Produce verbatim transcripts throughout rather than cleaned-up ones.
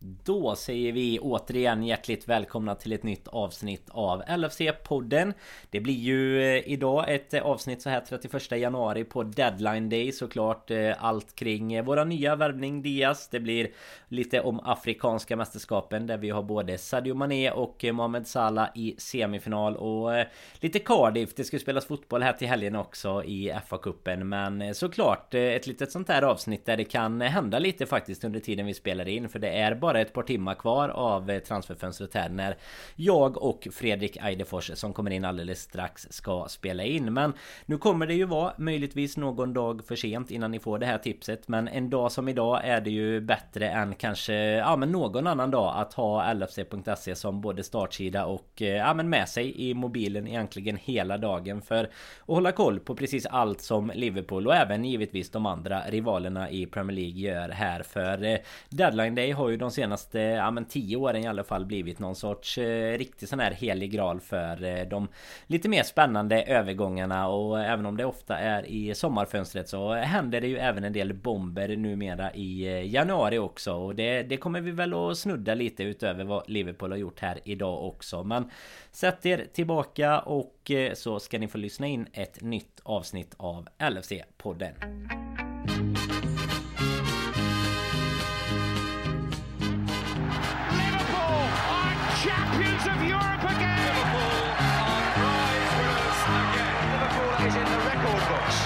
Då säger vi återigen hjärtligt välkomna till ett nytt avsnitt av L F C-podden. Det blir ju idag ett avsnitt så här trettioförsta januari på Deadline Day, såklart allt kring våra nya värvning Diaz. Det blir lite om afrikanska mästerskapen där vi har både Sadio Mané och Mohamed Salah i semifinal och lite Cardiff. Det ska spelas fotboll här till helgen också i F A-cupen, men såklart ett litet sånt här avsnitt där det kan hända lite faktiskt under tiden vi spelar in, för det är bara ett par timmar kvar av transferfönstret här när jag och Fredrik Eidefors som kommer in alldeles strax ska spela in. Men nu kommer det ju vara möjligtvis någon dag för sent innan ni får det här tipset, men en dag som idag är det ju bättre än kanske ja, men någon annan dag att ha L F C punkt se som både startsida och ja, men med sig i mobilen egentligen hela dagen för att hålla koll på precis allt som Liverpool och även givetvis de andra rivalerna i Premier League gör här. För Deadline Day har ju de senaste ja, men tio åren i alla fall blivit någon sorts eh, riktig sån här helig graal för eh, de lite mer spännande övergångarna, och även om det ofta är i sommarfönstret så händer det ju även en del bomber numera i eh, januari också, och det, det kommer vi väl att snudda lite utöver vad Liverpool har gjort här idag också. Men sätt er tillbaka och eh, så ska ni få lyssna in ett nytt avsnitt av L F C-podden. Champions of Europe again! Liverpool are prize winners again. Liverpool is in the record books.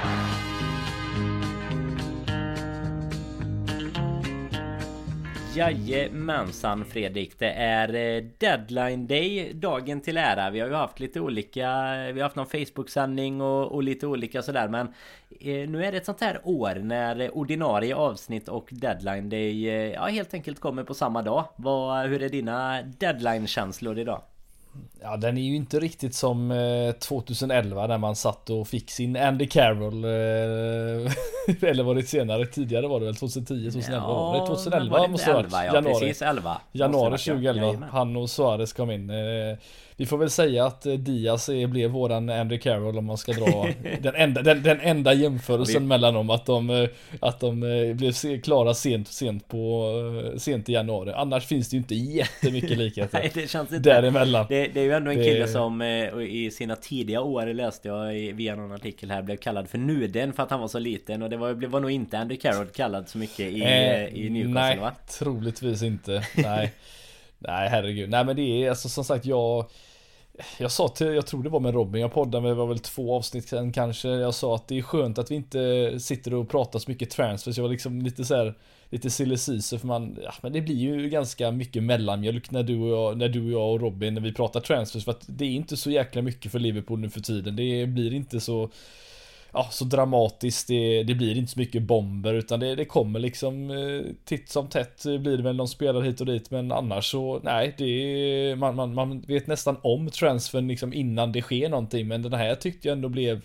Jajamensan Fredrik, det är Deadline Day, dagen till ära. Vi har ju haft lite olika, vi har haft någon Facebook-sändning och, och lite olika sådär, men eh, nu är det ett sånt här år när ordinarie avsnitt och Deadline Day eh, ja, helt enkelt kommer på samma dag. Vad, hur är dina deadline-känslor idag? Ja, den är ju inte riktigt som eh, tjugoelva när man satt och fick sin Andy Carroll eh, eller var det senare, tidigare var det väl tjugohundratio tjugoelva, ja, var det tjugoelva var det måste elva, vara ja, januari, precis elva januari tjugoelva, ja, han och Suarez kom in. eh, vi får väl säga att Diaz är, blev våran Andy Carroll om man ska dra den enda, den, den enda jämförelsen vi... mellan dem, att de, att de blev klara sent, sent, på, sent i januari. Annars finns det ju inte jättemycket likheter. Nej, det känns inte. Däremellan. Det, det är ju ändå en kille det... som eh, i sina tidiga år, läste jag via någon artikel här, blev kallad för Nuden för att han var så liten, och det var, var nog inte Andy Carroll kallad så mycket i, eh, i Newcastle, nej, va? Troligtvis inte. Nej. Nej, herregud. Nej, men det är alltså som sagt, jag jag sa till, jag tror det var med Robin jag poddade med, det var väl två avsnitt sen kanske, jag sa att det är skönt att vi inte sitter och pratar så mycket transfers. Jag var liksom lite så här, lite silly season, för man, ja, men det blir ju ganska mycket mellanmjölk när du och jag, när du och jag och Robin, när vi pratar transfers, för att det är inte så jäkla mycket för Liverpool nu för tiden. Det blir inte så Ja, så dramatiskt, det, det blir inte så mycket bomber, utan det, det kommer liksom eh, titt som tätt blir det väl någon spelare hit och dit, men annars så, nej, det, man, man, man vet nästan om transfern liksom innan det sker någonting, men den här tyckte jag ändå blev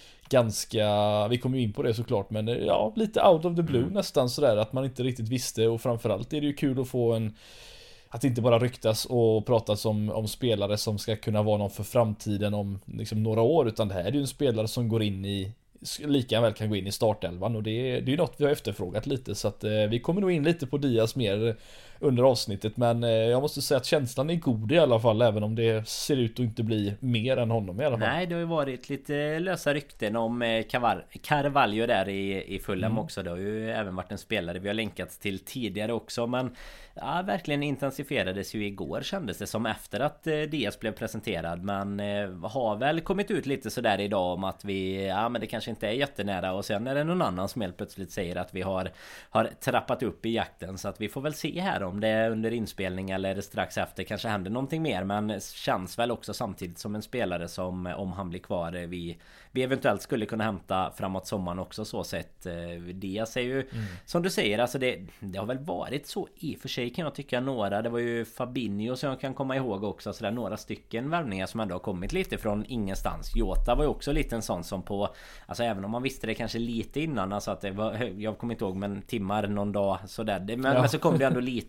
ganska, vi kommer ju in på det såklart, men ja, lite out of the blue mm. nästan sådär, att man inte riktigt visste, och framförallt är det ju kul att få en att inte bara ryktas och pratas om, om spelare som ska kunna vara någon för framtiden om liksom några år, utan det här är ju en spelare som går in i lika väl kan gå in i startelvan, och det är, det är något vi har efterfrågat lite, så att eh, vi kommer nog in lite på Diaz mer under avsnittet, men eh, jag måste säga att känslan är god i alla fall, även om det ser ut att inte bli mer än honom i alla fall. Nej, det har ju varit lite lösa rykten om eh, Carvalho där i, i Fulham mm. också. Det har ju även varit en spelare vi har länkats till tidigare också, men ja, verkligen intensifierades ju igår, kändes det som, efter att eh, Diaz blev presenterad, men eh, har väl kommit ut lite sådär idag om att vi, ja men det kanske inte är jättenära, och sen är det någon annan som helt plötsligt säger att vi har, har trappat upp i jakten, så att vi får väl se här om det är under inspelning eller strax efter kanske händer någonting mer, men känns väl också samtidigt som en spelare som, om han blir kvar, vi, vi eventuellt skulle kunna hämta framåt sommaren också, så sett. Diaz är ju mm. som du säger, alltså det, det har väl varit så i och för sig, kan jag tycka, några, det var ju Fabinho som jag kan komma ihåg också, så där några stycken värvningar som ändå har kommit lite från ingenstans. Jota var ju också lite en sån som på, alltså även om man visste det kanske lite innan, alltså att det var, jag kommer inte ihåg, men timmar någon dag sådär, men, ja. men så kom det ändå lite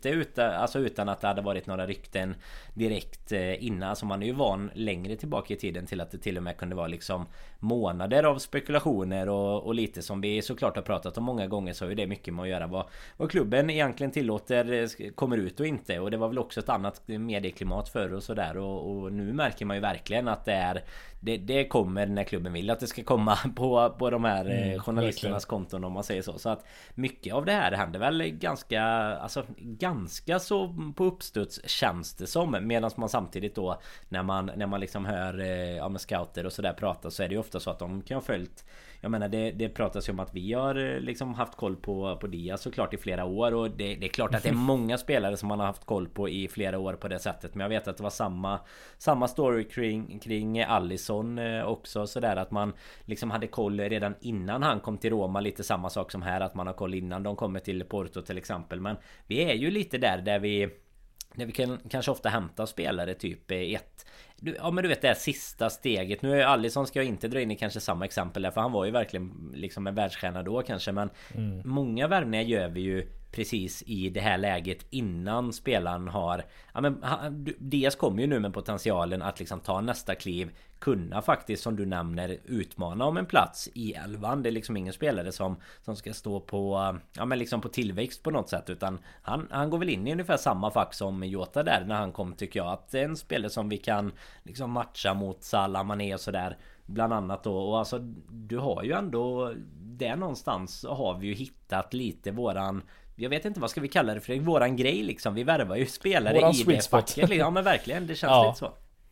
det utan, alltså utan att det hade varit några rykten direkt innan. Så man är ju van längre tillbaka i tiden till att det till och med kunde vara liksom månader av spekulationer och, och lite som vi såklart har pratat om många gånger, så är det mycket med att göra vad, vad klubben egentligen tillåter kommer ut och inte. Och det var väl också ett annat medieklimat förr och sådär, och, och nu märker man ju verkligen att det är det, det kommer när klubben vill att det ska komma på, på de här mm, journalisternas verkligen. Konton, om man säger så. Så att mycket av det här händer väl ganska alltså ganska så på uppstuds, känns det som, medan man samtidigt då när man när man liksom hör ja, med scouter och sådär prata, så är det ju ofta så att de kan ha följt. Jag menar det, det pratas ju om att vi har liksom haft koll på, på Diaz såklart i flera år, och det, det är klart att det är många spelare som man har haft koll på i flera år på det sättet. Men jag vet att det var samma samma story kring, kring Alisson också, sådär att man liksom hade koll redan innan han kom till Roma. Lite samma sak som här, att man har koll innan de kommer till Porto till exempel. Men vi är ju lite där där vi där vi kan kanske ofta hämta spelare typ ett du, ja men du vet det här sista steget. Nu är Alisson, ska jag inte dra in i kanske samma exempel där, för han var ju verkligen liksom en världsstjärna då kanske, men mm. många värvningar gör vi ju precis i det här läget innan spelaren har ja men Diaz kommer ju nu med potentialen att liksom ta nästa kliv, kunna faktiskt som du nämner utmana om en plats i elvan. Det är liksom ingen spelare som, som ska stå på ja men liksom på tillväxt på något sätt, utan han, han går väl in i ungefär samma fack som Jota där när han kom, tycker jag, att det är en spelare som vi kan liksom matcha mot Salah, Mané och sådär bland annat då. Och alltså du har ju ändå där någonstans har vi ju hittat lite våran, jag vet inte vad ska vi kalla det för, våran grej liksom. Vi värvar ju spelare våran i det facket. Ja men verkligen, det känns ja. lite så.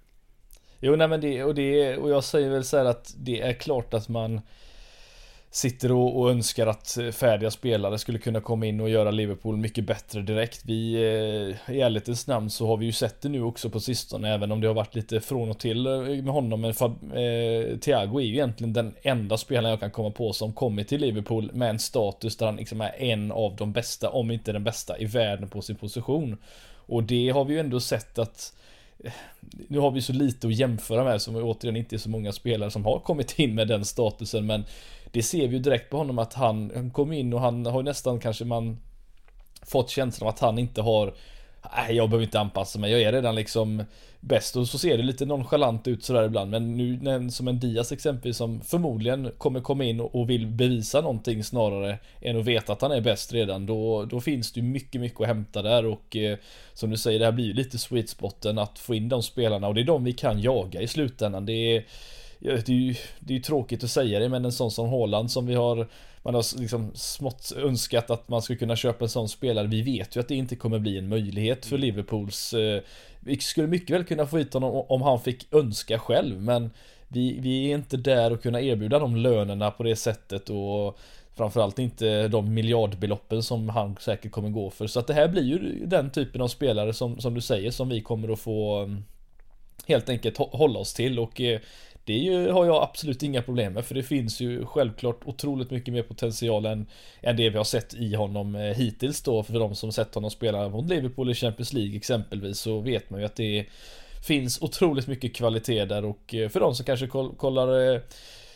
Jo nej men det och det och jag säger väl så här att det är klart att man sitter och, och önskar att färdiga spelare skulle kunna komma in och göra Liverpool mycket bättre direkt. Vi eh, i ärlighetens namn så har vi ju sett det nu också på sistone, även om det har varit lite från och till med honom, men Fab, eh, Thiago är ju egentligen den enda spelaren jag kan komma på som kommit till Liverpool med en status där han liksom är en av de bästa, om inte den bästa i världen på sin position. Och det har vi ju ändå sett att nu har vi så lite att jämföra med, som återigen inte är så många spelare som har kommit in med den statusen, men det ser vi ju direkt på honom att han, han kom in och han har nästan kanske man fått känslan av att han inte har nej jag behöver inte anpassa mig, jag är redan liksom bäst, och så ser det lite nonchalant ut sådär ibland, men nu när, som en Diaz exempelvis som förmodligen kommer komma in och, och vill bevisa någonting snarare än att veta att han är bäst redan, då, då finns det ju mycket mycket att hämta där, och eh, som du säger, det här blir ju lite sweet spoten att få in de spelarna, och det är de vi kan jaga i slutändan. Det är Det är ju det är ju tråkigt att säga det, men en sån som Haaland som vi har, man har liksom smått önskat att man skulle kunna köpa en sån spelare. Vi vet ju att det inte kommer bli en möjlighet för Liverpools. Eh, vi skulle mycket väl kunna få hit honom om han fick önska själv, men vi, vi är inte där att kunna erbjuda de lönerna på det sättet, och framförallt inte de miljardbeloppen som han säkert kommer gå för. Så att det här blir ju den typen av spelare som, som du säger som vi kommer att få helt enkelt hålla oss till, och eh, det är ju, har jag absolut inga problem med, för det finns ju självklart otroligt mycket mer potential än, än det vi har sett i honom eh, hittills då. För de som sett honom spela mot Liverpool i Champions League exempelvis, så vet man ju att det finns otroligt mycket kvalitet där, och eh, för de som kanske koll, kollar eh,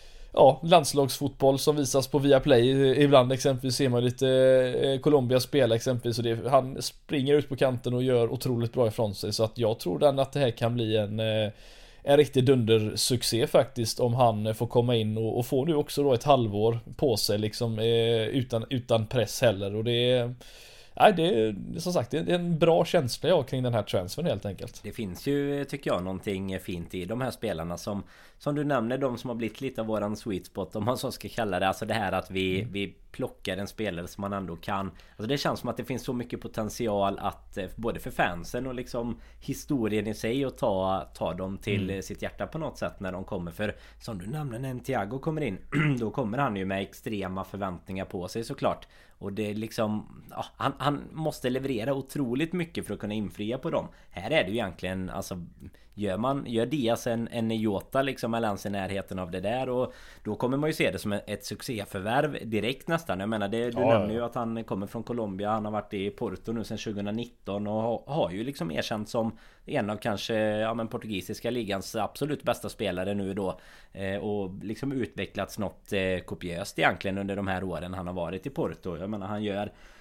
ja, landslagsfotboll som visas på Viaplay ibland exempelvis, ser man lite eh, Colombia spela exempelvis, och det, han springer ut på kanten och gör otroligt bra ifrån sig, så att jag tror den att det här kan bli en eh, en riktig dundersuccé faktiskt, om han får komma in och, och få nu också då ett halvår på sig liksom, eh, utan, utan press heller, och det är nej, det är som sagt det är en bra känsla jag kring den här transfern helt enkelt. Det finns ju, tycker jag, någonting fint i de här spelarna som som du nämner, de som har blivit lite av våran sweet spot, om man så ska kalla det, alltså det här att vi, mm. vi plockar en spelare som man ändå kan, alltså det känns som att det finns så mycket potential att både för fansen och liksom historien i sig, och ta, ta dem till mm. sitt hjärta på något sätt när de kommer, för som du nämner, när Thiago kommer in då kommer han ju med extrema förväntningar på sig såklart, och det är liksom ja, han, han måste leverera otroligt mycket för att kunna infria på dem. Här är det ju egentligen alltså, gör man gör Diaz en, en Jota liksom, eller ens i närheten av det där, och då kommer man ju se det som ett succéförvärv direkt nästan. Jag menar det, du ja, nämner ju att han kommer från Colombia, han har varit i Porto nu sedan tjugonitton och har, har ju liksom erkänt som en av kanske ja, men portugisiska ligans absolut bästa spelare nu då, eh, och liksom utvecklats något eh, kopiöst egentligen under de här åren han har varit i Porto. Jag menar han gör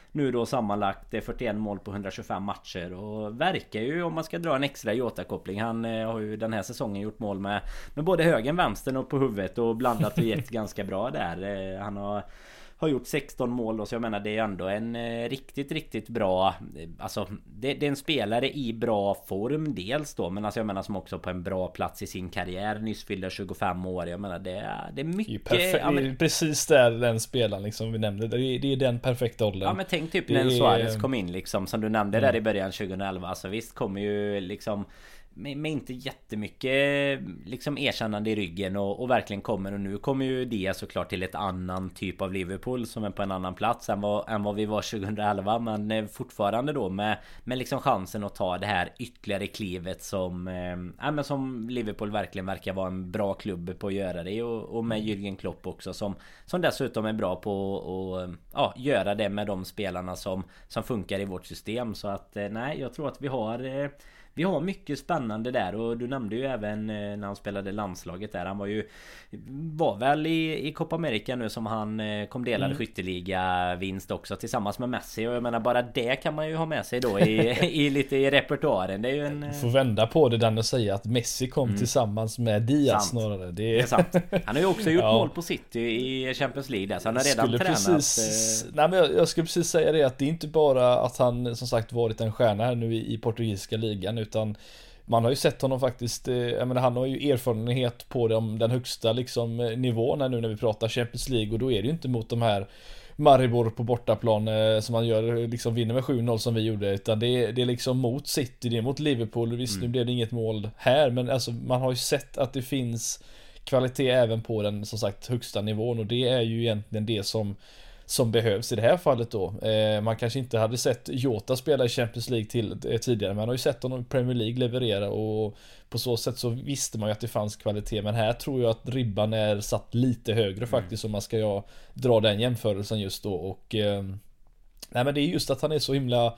nu då sammanlagt fyrtioen mål på hundratjugofem matcher och verkar ju, om man ska dra en extra Jota-koppling, han eh, har ju den här säsongen gjort mål med, med både högen, vänstern och på huvudet och blandat och gett ganska bra där. Eh, han har Har gjort sexton mål då, så jag menar det är ändå en eh, riktigt riktigt bra, alltså det, det är en spelare i bra form dels då, men alltså jag menar som också på en bra plats i sin karriär, nyss fyllda tjugofem år. Jag menar det, det är mycket det är, perfekt, ja, men, det är precis där den spelaren liksom vi nämnde, det är, det är den perfekta åldern. Ja men tänk typ det när är, Suarez kom in liksom, som du nämnde mm. där i början tjugoelva. Alltså visst kommer ju liksom med, med inte jättemycket liksom erkännande i ryggen och, och verkligen kommer, och nu kommer ju det såklart till ett annan typ av Liverpool som är på en annan plats än vad, än vad vi var tjugoelva, men fortfarande då med, med liksom chansen att ta det här ytterligare klivet som eh, ja, men som Liverpool verkligen verkar vara en bra klubb på att göra det, och, och med Jürgen Klopp också som, som dessutom är bra på att ja, göra det med de spelarna som, som funkar i vårt system. Så att eh, nej, jag tror att vi har eh, Vi har mycket spännande där, och du nämnde ju även när han spelade landslaget där. Han var ju var väl i, i Copa America nu som han kom delad mm. skytteliga vinst också tillsammans med Messi, och jag menar bara det kan man ju ha med sig då i, i lite i repertoaren. Det är ju en får vända på det där och säga att Messi kom mm. tillsammans med Diaz sant. snarare. Det är... det är sant. Han har ju också gjort ja. mål på City i Champions League där, så han har redan skulle tränat. Precis... Nej men jag, jag skulle precis säga det, att det är inte bara att han som sagt varit en stjärna här nu i, i portugisiska ligan, utan man har ju sett honom faktiskt, jag menar, han har ju erfarenhet på den, den högsta liksom nivån här nu när vi pratar Champions League, och då är det ju inte mot de här Maribor på bortaplan eh, som man gör, liksom vinner med sju noll som vi gjorde, utan det är, det är liksom mot City, det är mot Liverpool. Visst mm. nu blev det inget mål här, men alltså man har ju sett att det finns kvalitet även på den som sagt högsta nivån, och det är ju egentligen det som som behövs i det här fallet då. Eh, man kanske inte hade sett Jota spela i Champions League till, eh, tidigare, men man har ju sett honom i Premier League leverera, och på så sätt så visste man ju att det fanns kvalitet, men här tror jag att ribban är satt lite högre mm. faktiskt, om man ska jag dra den jämförelsen just då. Och eh, nej men det är just att han är så himla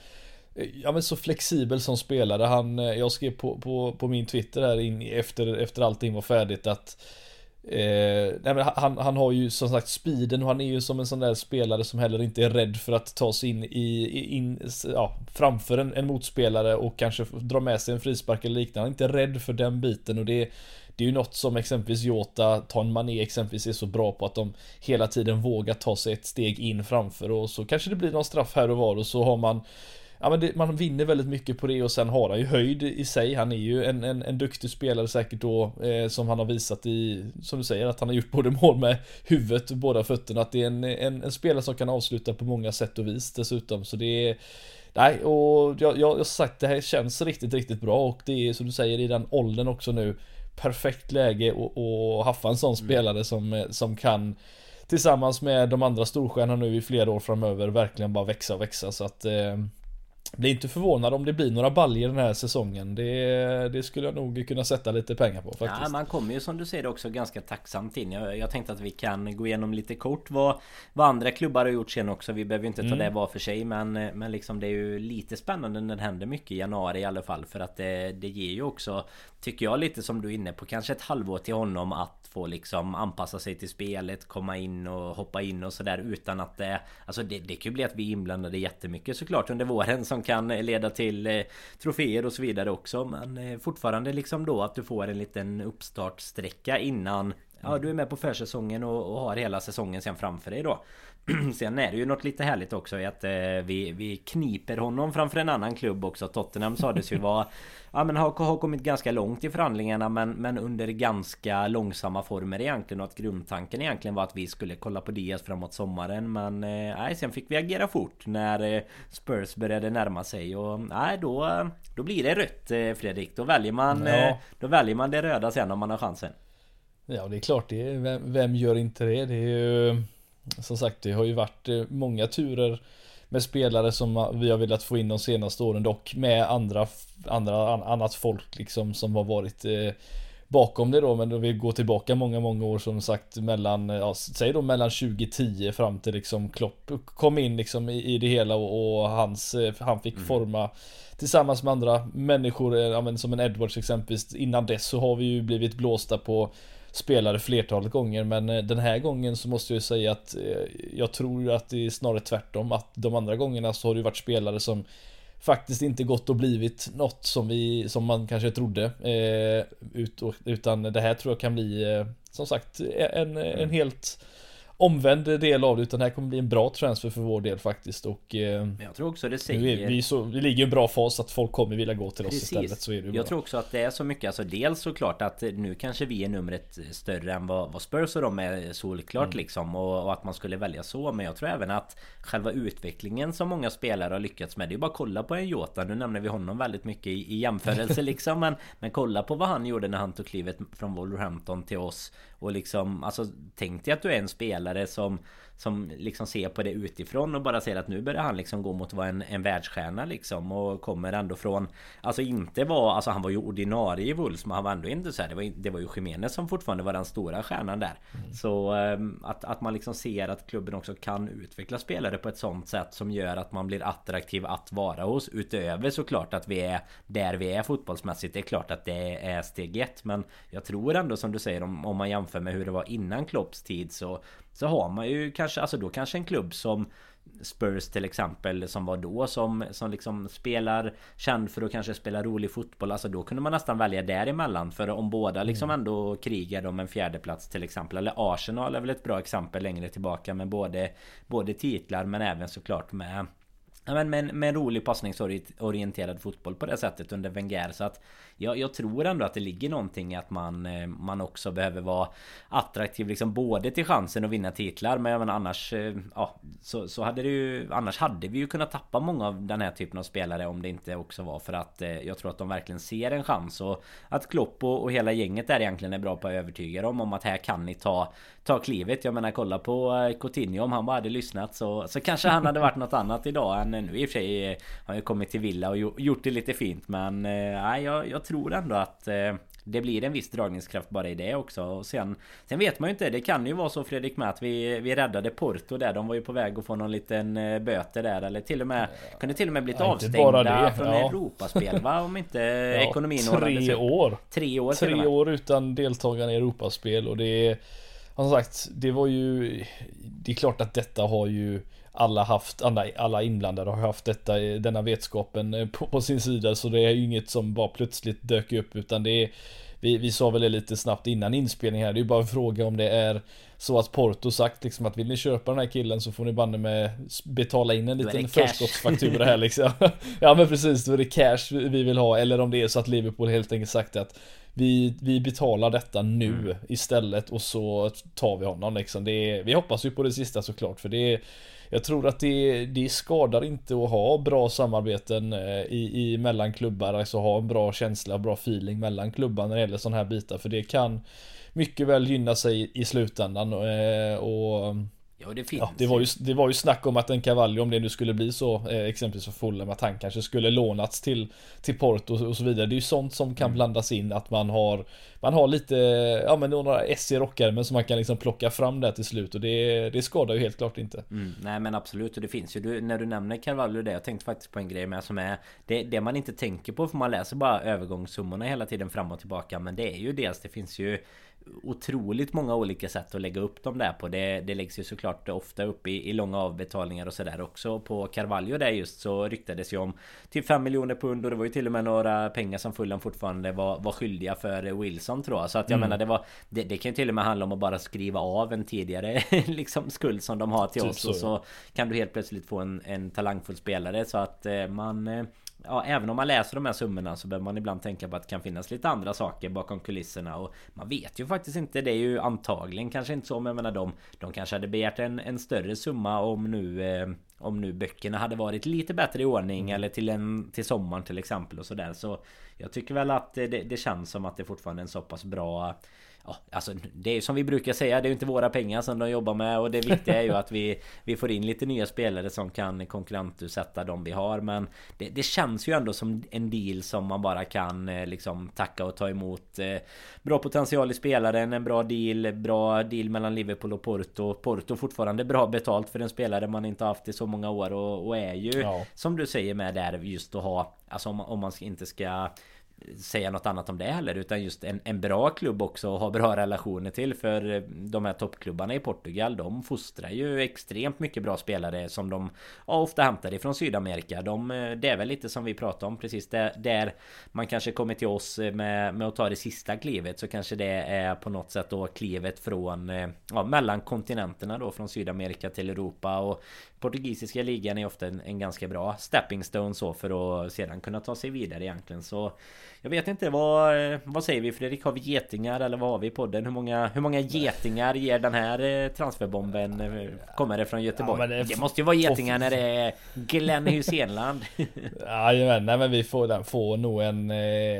ja men så flexibel som spelare. Han, jag skrev på, på, på min Twitter här in, efter, efter allting var färdigt att Eh, nej men han, han har ju som sagt speeden, och han är ju som en sån där spelare som heller inte är rädd för att ta sig in, i, in, ja, framför en, en motspelare och kanske dra med sig en frispark eller liknande. Han är inte rädd för den biten, och det, det är ju något som exempelvis Jota, ta en Mané exempelvis, är så bra på, att de hela tiden vågar ta sig ett steg in framför, och så kanske det blir någon straff här och var, och så har man ja men det, man vinner väldigt mycket på det, och sen har han ju höjd i sig. Han är ju en, en, en duktig spelare säkert då, eh, som han har visat i, som du säger, att han har gjort både mål med huvudet och båda fötterna, att det är en, en, en spelare som kan avsluta på många sätt och vis dessutom. Så det är nej, och jag, jag har sagt, det här känns riktigt riktigt bra, och det är som du säger i den åldern också nu, perfekt läge och, och haffa en sån mm. spelare som, som kan tillsammans med de andra storstjärnorna nu i flera år framöver verkligen bara växa och växa. Så att eh, blir inte förvånad om det blir några baljer den här säsongen. Det, det skulle jag nog kunna sätta lite pengar på faktiskt. Ja, man kommer ju som du säger också ganska tacksamt in. Jag, jag tänkte att vi kan gå igenom lite kort vad, vad andra klubbar har gjort sen också. Vi behöver inte ta mm. det var för sig, men, men liksom det är ju lite spännande när det händer mycket i januari i alla fall. För att det, det ger ju också, tycker jag, lite som du är inne på, kanske ett halvår till honom att få liksom anpassa sig till spelet, komma in och hoppa in och sådär, utan att det, alltså det, det kan ju bli att vi är inblandade jättemycket såklart under våren, som kan leda till eh, troféer och så vidare också, men eh, fortfarande liksom då att du får en liten uppstartsträcka innan ja, du är med på försäsongen och, och har hela säsongen sen framför dig då. Sen är det ju något lite härligt också i att eh, vi, vi kniper honom framför en annan klubb också. Tottenham sades ju vara ja, men har, har kommit ganska långt i förhandlingarna, men, men under ganska långsamma former egentligen, och att grundtanken egentligen var att vi skulle kolla på Diaz framåt sommaren, men eh, nej, sen fick vi agera fort när eh, Spurs började närma sig, och nej, då, då blir det rött, eh, Fredrik. Då väljer man ja. eh, då väljer man det röda sen om man har chansen. Ja, det är klart, det är, vem, vem gör inte det? Det är ju som sagt, det har ju varit många turer med spelare som vi har velat få in de senaste åren, dock med andra, andra annat folk liksom som har varit eh, bakom det då, men då vi går tillbaka många många år som sagt, mellan ja, säg då mellan tjugo tio fram till liksom Klopp kom in liksom i, i det hela, och, och hans, han fick mm. forma tillsammans med andra människor, ja, men som en Edwards exempelvis. Innan dess så har vi ju blivit blåsta på spelare flertalet gånger, men den här gången så måste jag säga att jag tror att det är snarare tvärtom, att de andra gångerna så har det varit spelare som faktiskt inte gått och blivit något som vi som man kanske trodde eh, ut, utan det här tror jag kan bli eh, som sagt en, en helt omvänd del av det, utan det här kommer bli en bra transfer för vår del faktiskt. Och eh, jag tror också det säger vi, vi, så, vi ligger i en bra fas att folk kommer vilja gå till oss. Precis. Istället, så är det jag bra. tror också att det är så mycket, alltså dels såklart att nu kanske vi är numret större än vad, vad Spurs och de är solklart mm. liksom, och, och att man skulle välja så, men jag tror även att själva utvecklingen som många spelare har lyckats med, det är bara att kolla på en Jota, nu nämner vi honom väldigt mycket i, i jämförelse liksom, men, men kolla på vad han gjorde när han tog klivet från Wolverhampton till oss. Och liksom, alltså tänk dig att du är en spelare som som liksom ser på det utifrån och bara ser att nu börjar han liksom gå mot att vara en, en världsstjärna liksom, och kommer ändå från, alltså inte var, alltså han var ju ordinarie i Wolves, men han var ändå inte så här, det var, det var ju Jimenez som fortfarande var den stora stjärnan där. Mm. Så um, att, att man liksom ser att klubben också kan utveckla spelare på ett sånt sätt som gör att man blir attraktiv att vara hos, utöver såklart att vi är där vi är fotbollsmässigt. Det är klart att det är steg ett, men jag tror ändå som du säger, om, om man jämför med hur det var innan Klopps tid, så så har man ju kanske, alltså då kanske en klubb som Spurs till exempel, som var då som, som liksom spelar, känd för att kanske spela rolig fotboll, alltså då kunde man nästan välja däremellan, för om båda liksom ändå krigar om en fjärde plats till exempel, eller Arsenal är väl ett bra exempel längre tillbaka med både, både titlar men även såklart med Ja, men med, med en rolig passningsorienterad fotboll på det sättet under Wenger. Så att jag, jag tror ändå att det ligger någonting i att man, man också behöver vara attraktiv liksom, både till chansen att vinna titlar, men även annars ja, så, så hade det ju, annars hade vi ju kunnat tappa många av den här typen av spelare om det inte också var för att jag tror att de verkligen ser en chans, och att Klopp och, och hela gänget där egentligen är bra på att övertyga dem om att här kan ni ta, ta klivet. Jag menar, kolla på Coutinho, om han bara hade lyssnat så, så kanske han hade varit något annat idag än nu. I och för sig har han ju kommit till Villa och gjort det lite fint, men nej, jag, jag tror ändå att eh, det blir en viss dragningskraft bara i det också. Och sen, sen vet man ju inte, det kan ju vara så, Fredrik, med att vi, vi räddade Porto där. De var ju på väg att få någon liten eh, böter där, eller till och med kunde till och med blivit ja, avstängda från ja. Europaspel, va? Om inte ja, ekonomin tre år. Tre år Tre år utan deltagande i Europaspel, och det är som sagt, det var ju, det är klart att detta har ju alla haft, alla, alla inblandade har haft detta, denna vetskapen på, på sin sida, så det är ju inget som bara plötsligt dök upp, utan det är, vi, vi sa väl det lite snabbt innan inspelning här, det är ju bara en fråga om det är så att Porto sagt liksom att vill ni köpa den här killen så får ni banne med betala in en liten förskottsfaktura här liksom. Ja men precis, då är det cash vi vill ha, eller om det är så att Liverpool helt enkelt sagt att Vi, vi betalar detta nu mm. istället, och så tar vi honom liksom. Det är, vi hoppas ju på det sista såklart, för det är, jag tror att det, det skadar inte att ha bra samarbeten i, i mellan klubbar, alltså ha en bra känsla, bra feeling mellan klubbar när det gäller sådana här bitar, för det kan mycket väl gynna sig i slutändan. Och Ja, det, finns. Ja, det, var ju, det var ju snack om att en Cavalli, om det nu skulle bli så eh, exempelvis för Fulham, att han kanske skulle lånats till, till Porto och, och så vidare. Det är ju sånt som kan mm. blandas in, att man har man har lite, ja men några S i rockärmen som man kan liksom plocka fram där till slut, och det, det skadar ju helt klart inte. Mm, nej men absolut, och det finns ju, du, när du nämner Carvalho det, jag tänkte faktiskt på en grej med som är det, det man inte tänker på, för man läser bara övergångssummorna hela tiden fram och tillbaka, men det är ju dels, det finns ju otroligt många olika sätt att lägga upp dem där på. Det, det läggs ju såklart ofta upp i, i långa avbetalningar och sådär också. På Carvalho där just så ryktades ju om typ fem miljoner pund, och det var ju till och med några pengar som Fulham fortfarande var, var skyldiga för Wilson tror jag. Så att jag mm. menar, det, var, det, det kan ju till och med handla om att bara skriva av en tidigare liksom skuld som de har till typ oss, så, och så kan du helt plötsligt få en, en talangfull spelare. Så att eh, man... Eh, Ja, även om man läser de här summorna så behöver man ibland tänka på att det kan finnas lite andra saker bakom kulisserna, och man vet ju faktiskt inte. Det är ju antagligen kanske inte så, men jag menar, de, de kanske hade begärt en, en större summa om nu eh, om nu böckerna hade varit lite bättre i ordning, mm. eller till, en, till sommaren till exempel och sådär. Så jag tycker väl att det, det känns som att det fortfarande är en så pass bra... Ja, alltså det är som vi brukar säga, det är ju inte våra pengar som de jobbar med, och det viktiga är ju att vi, vi får in lite nya spelare som kan konkurrentutsätta de vi har. Men det, det känns ju ändå som en deal som man bara kan liksom tacka och ta emot. Bra potential i spelaren, en bra deal, bra deal mellan Liverpool och Porto. Porto fortfarande bra betalt för en spelare man inte haft i så många år, och, och är ju ja. som du säger med där just att ha, alltså om, om man inte ska säga något annat om det heller, utan just en, en bra klubb också att ha bra relationer till, för de här toppklubbarna i Portugal, de fostrar ju extremt mycket bra spelare som de ja, ofta hämtar ifrån Sydamerika. De, det är väl lite som vi pratade om precis, där, där man kanske kommer till oss med, med att ta det sista klivet, så kanske det är på något sätt då klivet från ja, mellan kontinenterna då, från Sydamerika till Europa, och portugisiska ligan är ofta en, en ganska bra stepping stone så för att sedan kunna ta sig vidare egentligen. Så jag vet inte, vad, vad säger vi Fredrik? Har vi getingar eller vad har vi i podden? Hur många, hur många getingar ger den här transferbomben? Kommer det från Göteborg? Ja, det, det måste ju vara getingar när det är Glenn Hysénland. Ja, jag nej men vi får den får nog en eh,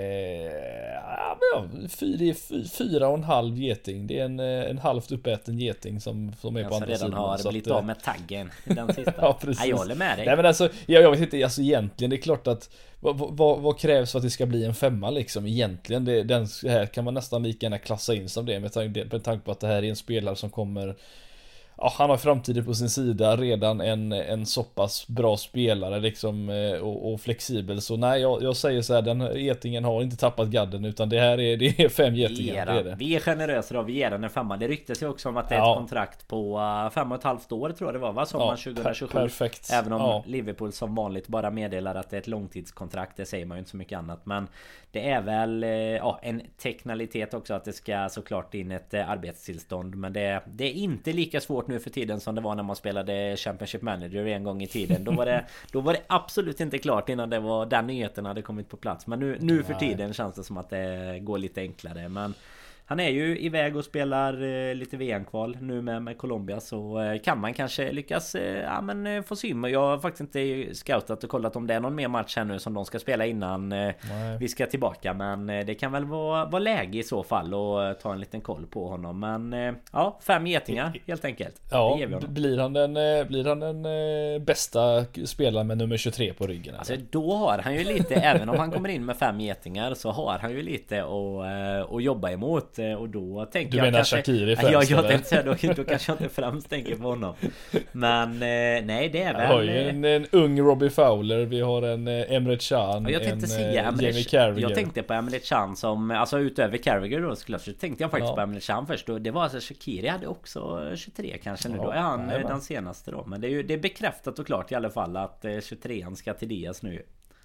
ja, fyra, fyra och en halv geting. Det är en, en halvt uppäten geting som, som är på andra sidan. Redan har blivit av med taggen den sista. Ja, precis. Ja, jag håller med dig. Nej men alltså, jag, jag vet inte, alltså egentligen det är klart att vad, vad, vad krävs för att det ska bli en femma liksom egentligen? Det, den här kan man nästan lika gärna klassa in som det med tanke, med tanke på att det här är en spelare som kommer. Ja, han har framtiden på sin sida, redan en, en så pass bra spelare liksom, och, och flexibel. Så nej, jag, jag säger så här, den getingen har inte tappat gadden, utan det här är, det är fem getingar. Det är det. Vi är generösa då, vi ger den en femma. Det ryktas ju också om att det är ja. ett kontrakt på uh, fem och ett halvt år tror jag det var, va? Sommaren ja, tjugotjugosju. Per- perfekt. Även om ja. Liverpool som vanligt bara meddelar att det är ett långtidskontrakt, det säger man ju inte så mycket annat. Men det är väl uh, ja, en teknalitet också att det ska såklart in ett uh, arbetstillstånd. Men det, det är inte lika svårt nu för tiden som det var när man spelade Championship Manager en gång i tiden. Då var det, då var det absolut inte klart innan det var den nyheten hade kommit på plats. Men nu, nu för tiden känns det som att det går lite enklare. Men han är ju iväg och spelar eh, lite V M-kval nu med, med Colombia, så eh, kan man kanske lyckas eh, ja, men, eh, få syn. Jag har faktiskt inte scoutat och kollat om det är någon mer match här nu som de ska spela innan eh, vi ska tillbaka. Men eh, det kan väl vara, vara läge i så fall och eh, ta en liten koll på honom. Men eh, ja, fem getingar helt enkelt. Ja, blir han den, blir han den eh, bästa spelaren med nummer tjugotre på ryggen? Alltså då har han ju lite, även om han kommer in med fem getingar, så har han ju lite att, att jobba emot. Och då tänker du jag menar kanske, Shaqiri främst? Ja, jag tänkte säga, då, då kanske jag inte främst tänker på honom. Men eh, nej, det är väl... Vi har ju en, en ung Robbie Fowler, vi har en eh, Emre Can, jag tänkte en säga, eh, Emre, Jamie Carragher. Jag tänkte på Emre Can som, alltså utöver Carragher då såklart, så tänkte jag faktiskt ja. på Emre Can först. Och det var alltså Shaqiri hade också tjugotre kanske nu, ja, då är han nej, den senaste då. Men det är ju det är bekräftat och klart i alla fall att eh, tjugotrean ska till Diaz nu.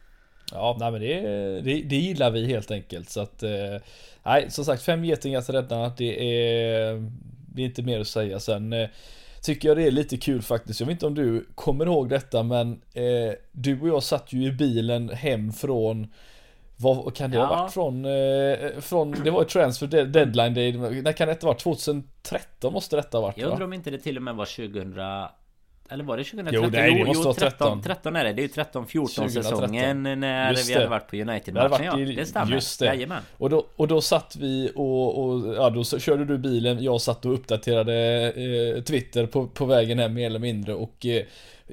Ja, nej men det, det, det gillar vi helt enkelt. Så att, eh, nej, som sagt, fem getingar att rädda. Det är, det är inte mer att säga. Sen eh, tycker jag det är lite kul faktiskt. Jag vet inte om du kommer ihåg detta, men eh, du och jag satt ju i bilen hem från, vad kan det ja. ha varit från, eh, från det var ju transfer deadline day. När kan det ha varit? tjugohundratretton måste detta ha varit. Jag undrar om inte det till och med var tjugohundra. Eller var det tjugotretton? Jo, nej, det måste vara tretton. tretton är det. Det är ju tretton fjorton säsongen när just vi hade varit på United-matchen. Ja, det stämmer. Just det. Och då, och då satt vi och, och ja, då körde du bilen. Jag satt och uppdaterade eh, Twitter på, på vägen hem mer eller mindre. Och eh,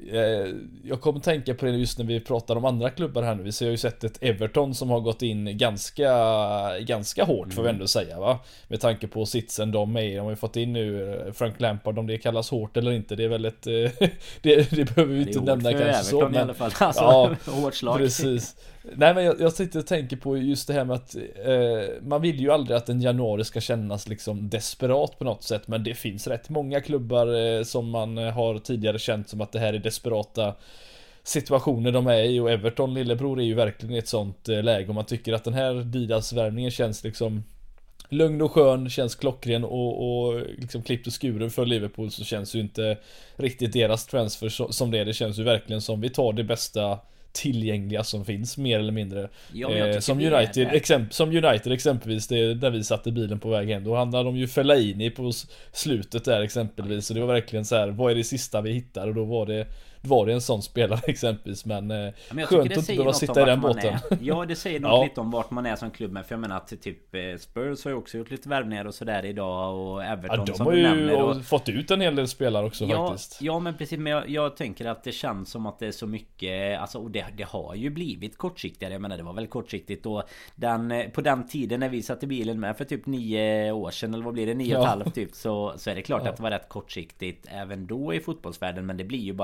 jag kommer att tänka på det just när vi pratar om andra klubbar här nu. Vi har ju sett ett Everton som har gått in ganska ganska hårt, mm. får vi ändå säga, va? Med tanke på sitsen de är. De har ju fått in nu Frank Lampard, om det kallas hårt eller inte. Det är väl ett det, det behöver vi inte nämna kanske Everton så, men i alla fall. Alltså, ja, hårt slag. Precis. Nej, men jag, jag sitter och tänker på just det här med att eh, man vill ju aldrig att en januari ska kännas liksom desperat på något sätt, men det finns rätt många klubbar eh, som man har tidigare känt som att det här är desperata situationer de är i, och Everton, lillebror, är ju verkligen i ett sånt eh, läge, om man tycker att den här Didas-värvningen känns liksom lugn och skön, känns klockren och, och liksom klippt och skuren för Liverpool, så känns ju inte riktigt deras transfer som det är. Det känns ju verkligen som vi tar det bästa tillgängliga som finns, mer eller mindre. Ja, eh, som, United, exemp- som United exempelvis, det, där vi satte bilen på väg hem, då handlade de ju Fellaini på slutet där exempelvis, så det var verkligen så här: vad är det sista vi hittar? Och då var det var det en sån spelare exempelvis, men, eh, men skönt att inte behöva sitta i den båten. Ja, det säger något ja. lite om vart man är som klubb med, för jag menar att typ Spurs har ju också gjort lite värvningar och sådär idag, och Everton ja, de som har du ju nämner och... fått ut en hel del spelare också ja, faktiskt. Ja, men precis, men jag, jag tänker att det känns som att det är så mycket, alltså, och det, det har ju blivit kortsiktigare. Jag menar, det var väl kortsiktigt då den, på den tiden när vi satt i bilen med för typ nio år sedan, eller vad blir det, nio och ett halvt typ, så, så är det klart ja. att det var rätt kortsiktigt även då i fotbollsvärlden, men det blir ju bara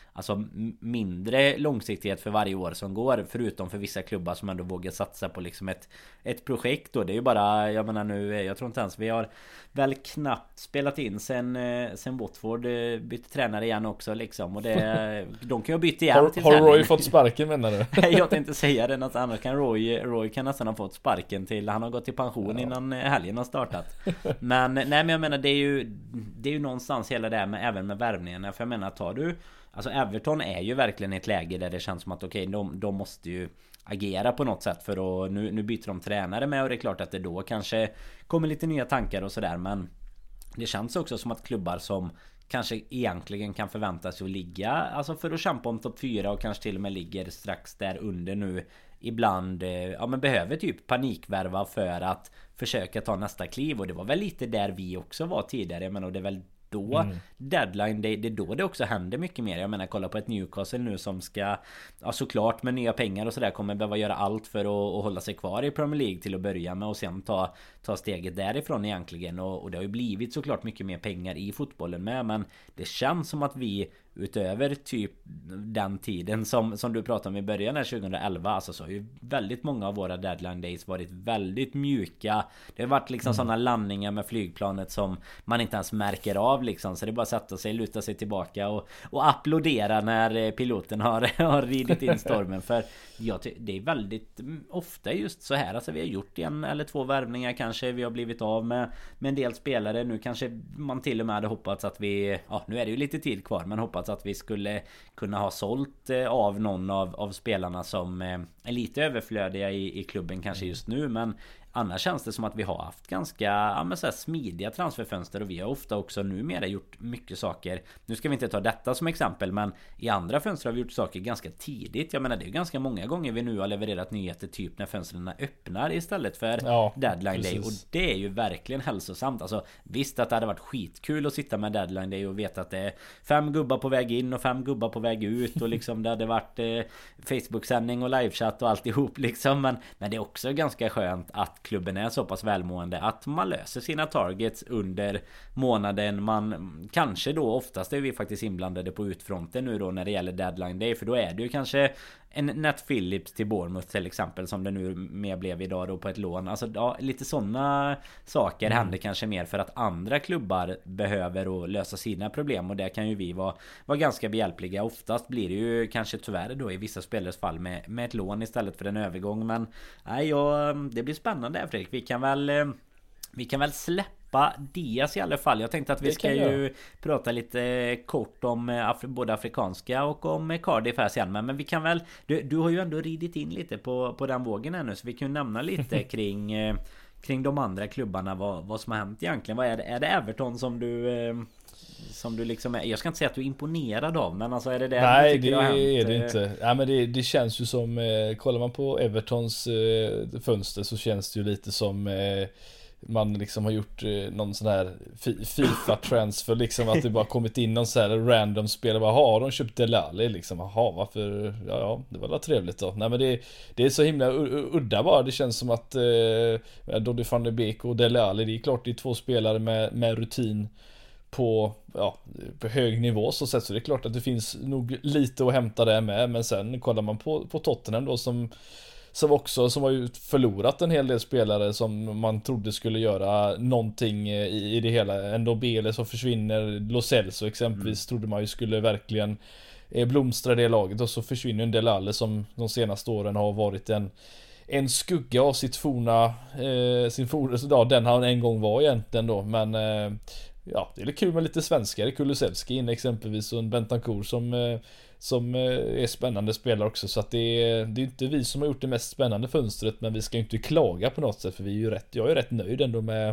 alltså m- mindre långsiktighet för varje år som går, förutom för vissa klubbar som ändå vågar satsa på liksom ett, ett projekt då. Det är ju bara, jag menar nu, jag tror inte ens vi har väl knappt spelat in sen, sen Watford bytte tränare igen också liksom, och det, de kan ju byta igen har, till har träning. Roy fått sparken menar du? Jag tänkte säga det, något annat kan Roy, Roy kan nästan ha fått sparken till, han har gått i pension ja. innan helgen har startat. Men nej, men jag menar det är ju det är ju någonstans hela det här med, även med värvningarna, för jag menar, tar du, alltså Everton är ju verkligen i ett läge där det känns som att okej, okay, de, de måste ju agera på något sätt, för att nu, nu byter de tränare med, och det är klart att det då kanske kommer lite nya tankar och sådär, men det känns också som att klubbar som kanske egentligen kan förvänta sig att ligga, alltså för att kämpa om topp fyra och kanske till och med ligger strax där under nu, ibland ja, men behöver typ panikvärva för att försöka ta nästa kliv, och det var väl lite där vi också var tidigare, men och det är väl då mm. deadline, det, det är då det också händer mycket mer. Jag menar, kolla på ett Newcastle nu som ska, ja såklart med nya pengar och sådär, kommer behöva göra allt för att, att hålla sig kvar i Premier League till att börja med, och sen ta, ta steget därifrån egentligen, och, och det har ju blivit såklart mycket mer pengar i fotbollen med, men det känns som att vi utöver typ den tiden som, som du pratade om i början här tjugoelva, alltså så har ju väldigt många av våra deadline days varit väldigt mjuka. Det har varit liksom mm. sådana landningar med flygplanet som man inte ens märker av liksom, så det är bara att sätta sig, luta sig tillbaka och, och applådera när piloten har, har ridit in stormen. För ja, det är väldigt ofta just så här, alltså vi har gjort en eller två värvningar kanske, vi har blivit av med, med en del spelare, nu kanske man till och med hade hoppats att vi, ja nu är det ju lite tid kvar, men hoppats att vi skulle kunna ha sålt av någon av, av spelarna som är lite överflödiga i, i klubben kanske just nu, men annars känns det som att vi har haft ganska ja, men så här smidiga transferfönster, och vi har ofta också numera gjort mycket saker. Nu ska vi inte ta detta som exempel, men i andra fönster har vi gjort saker ganska tidigt. Jag menar, det är ganska många gånger vi nu har levererat nyheter typ när fönstren öppnar istället för ja, deadline precis. Day, och det är ju verkligen hälsosamt. Alltså visst att det hade varit skitkul att sitta med deadline day och veta att det är fem gubbar på väg in och fem gubbar på väg ut, och liksom det hade varit eh, Facebook-sändning och livechatt och alltihop liksom, men, men det är också ganska skönt att klubben är så pass välmående att man löser sina targets under månaden. Man kanske då oftast är vi faktiskt inblandade på utfronten nu då när det gäller deadline day, för då är det ju kanske en Nat Phillips till Bournemouth till exempel, som det nu mer blev idag då på ett lån. Alltså ja, lite sådana saker mm. händer kanske mer för att andra klubbar behöver att lösa sina problem, och där kan ju vi vara, vara ganska behjälpliga. Oftast blir det ju kanske tyvärr då i vissa spelares fall med, med ett lån istället för en övergång, men nej, ja, det blir spännande Fredrik. Vi kan väl vi kan väl släppa Diaz i alla fall. Jag tänkte att vi ska ju prata lite kort om Af- både afrikanska och om Cardiff här sen, men, men vi kan väl du, du har ju ändå ridit in lite på, på den vågen här nu, så vi kan ju nämna lite kring kring de andra klubbarna, vad, vad som har hänt egentligen. Vad är det? Är det Everton som du som du liksom är, jag ska inte säga att du är imponerad av, men alltså är det det? Nej, det är det inte. Ja, men det, det känns ju som eh, kollar man på Evertons eh, fönster så känns det ju lite som eh, man liksom har gjort eh, någon sån här FIFA-transfer liksom, att det bara kommit in någon sån här random spelare, bara har de köpt Delali liksom, jaha varför, ja, ja det var väl trevligt då. Nej men det, det är så himla udda bara, det känns som att eh, Doddy van de Beek och Delali, det är klart det är två spelare med, med rutin på, ja, på hög nivå så sett, så det är klart att det finns nog lite att hämta där med, men sen kollar man på, på Tottenham då som som också som har ju förlorat en hel del spelare som man trodde skulle göra någonting i, i det hela. Ändå Bele som försvinner, Lo Celso exempelvis mm. trodde man ju skulle verkligen blomstra det laget, och så försvinner en del alla som de senaste åren har varit en en skugga av sitt forna eh, sin forna, ja, den han en gång var egentligen då, men eh, ja, det är kul med lite svenskar, Kulusevski in exempelvis, och en Bentancur som eh, som är spännande spelare också, så att det är, det är inte vi som har gjort det mest spännande fönstret, men vi ska ju inte klaga på något sätt, för vi är ju rätt, jag är rätt nöjd ändå med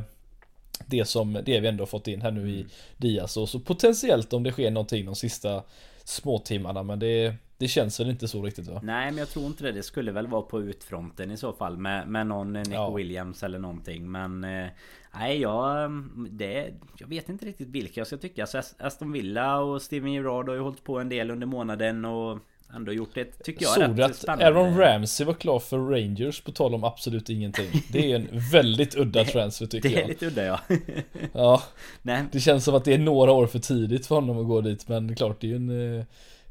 det som det vi ändå har fått in här nu i Diaz, och så potentiellt om det sker någonting de sista små timmarna, men det det känns väl inte så riktigt, va? Nej, men jag tror inte det. Det skulle väl vara på utfronten i så fall med, med någon Nick ja. Williams eller någonting. Men eh, nej, jag, det, jag vet inte riktigt vilka jag ska tycka. Alltså Aston Villa och Steven Gerrard har ju hållit på en del under månaden och ändå gjort det, tycker jag, såg rätt spännande. Aaron Ramsey var klar för Rangers på tal om absolut ingenting. Det är en väldigt udda transfer tycker jag. Det är lite udda, ja. Ja, nej. Det känns som att det är några år för tidigt för honom att gå dit, men klart det är ju en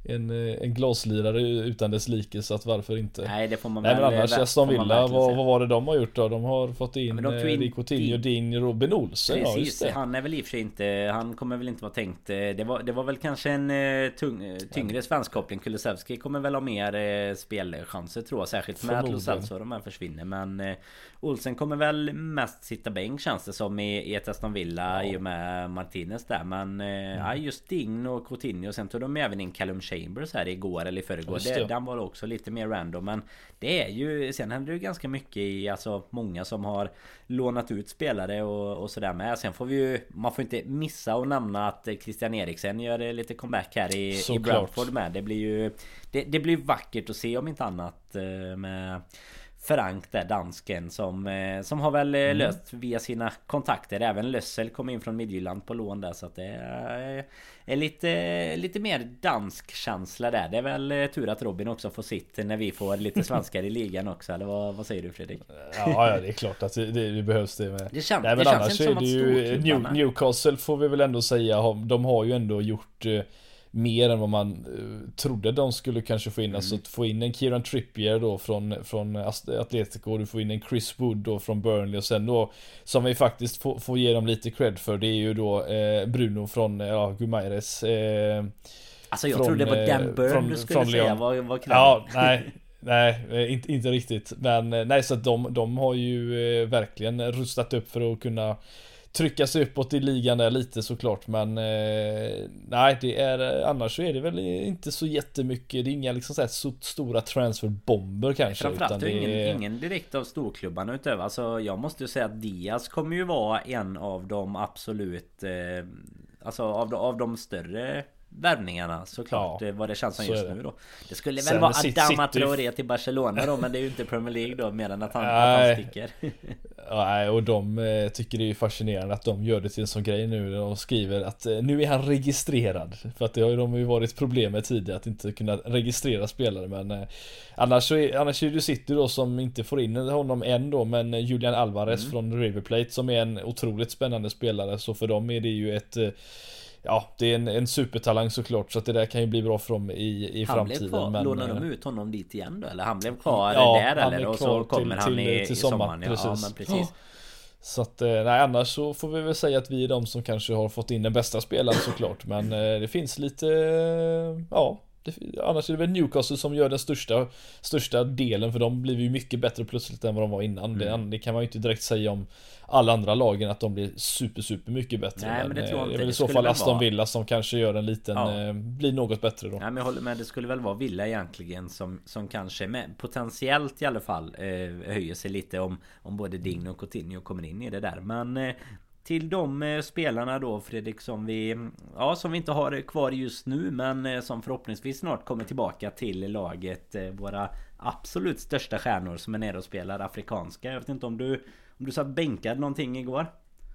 en, en glaslirare utan dess like, så att varför inte. Nej, det får man Nej, väl. men annars Aston Villa, vad, vad var det de har gjort då? De har fått in ja, eh, Rico Tinho, Din, Robin Olsen. Precis, ja, just det. Han är väl i och för sig inte, han kommer väl inte vara tänkt. Det var, det var väl kanske en eh, tung, tyngre svensk koppling. Kulusevski kommer väl ha mer eh, spelchanser tror jag, särskilt med att Lo Celso och de här försvinner. Men eh, Olsen kommer väl mest sitta bänk, känns det som, i, i ett Aston Villa, ja, i och med Martinez där. Men eh, mm. ja, just Ding och Coutinho, och sen tog de även in Callum Chambers här igår eller i förrgår. Det, det. Den var också lite mer random, men det är ju, sen händer det ju ganska mycket i, alltså många som har lånat ut spelare och, och sådär med. Sen får vi ju, man får inte missa att nämna att Christian Eriksen gör lite comeback här i, i Brentford med. Det blir ju, det, det blir vackert att se om inte annat med Frank där, dansken, som, som har väl mm. löst via sina kontakter. Även Lössel kom in från Midtjylland på lån där, så att det är, är lite, lite mer dansk känsla där. Det är väl tur att Robin också får sitt när vi får lite svenskar i ligan också. Eller vad, vad säger du, Fredrik? Ja, ja, det är klart att det, det behövs det med. Det, kän, Nej, men det annars känns inte som är det ju New, Newcastle får vi väl ändå säga. De har ju ändå gjort mer än vad man uh, trodde de skulle kanske få in. Mm. Alltså att få in en Kieran Trippier då från, från Atletico, du får in en Chris Wood då från Burnley, och sen då, som vi faktiskt får, får ge dem lite cred för, det är ju då eh, Bruno från ja, Gumaires eh, alltså jag från, trodde det var Dan Burn från, du skulle säga. Vad, vad ja, nej nej, inte, inte riktigt. Men nej, så att de, de har ju eh, verkligen rustat upp för att kunna trycka sig uppåt i ligan där lite, såklart. Men eh, nej, det är, annars så är det väl inte så jättemycket. Det är inga liksom så, här, så stora transferbomber kanske. Framförallt utan det ingen, är ingen direkt av storklubbarna utöver. Alltså jag måste ju säga att Diaz kommer ju vara en av de absolut eh, alltså av de, av de större värvningarna, såklart, ja, vad det känns som just nu då. Det skulle väl Sen vara Adama Traoré till Barcelona då, men det är ju inte Premier League då, mer än att han, att han sticker. Nej, och de eh, tycker det är fascinerande att de gör det till en sån grej nu. De skriver att eh, nu är han registrerad. För att det har ju, de har ju varit problem med tidigare att inte kunna registrera spelare. Men eh, annars, så är, annars är det City då som inte får in honom än då. Men Julian Alvarez mm. från River Plate, som är en otroligt spännande spelare. Så för dem är det ju ett eh, ja, det är en, en supertalang såklart, så att det där kan ju bli bra för dem i, i han framtiden. Blev kvar, men lånar de ut honom dit igen då? Eller han blev kvar ja, där eller? Och så kommer till, han i, till, till i sommaren. sommaren. Ja, men precis. Så att, nej, annars så får vi väl säga att vi är de som kanske har fått in den bästa spelaren såklart. Men det finns lite, ja, det, annars är det väl Newcastle som gör den största, största delen, för de blir ju mycket bättre plötsligt än vad de var innan. Mm. Det, det kan man ju inte direkt säga om alla andra lagen, att de blir super super mycket bättre. Nej, men det tror jag inte. Det är väl i det så fall Aston vara... Villa som kanske gör en liten ja. eh, blir något bättre då. Nej, men jag håller med, det skulle väl vara Villa egentligen som, som kanske med, potentiellt i alla fall eh, höjer sig lite om, om både Digno och Coutinho kommer in i det där. Men eh, till de eh, spelarna då, Fredrik, som vi ja, som vi inte har kvar just nu, men eh, som förhoppningsvis snart kommer tillbaka till laget, eh, våra absolut största stjärnor som är nere och spelar afrikanska. Jag vet inte om du om du satt bänkad någonting igår?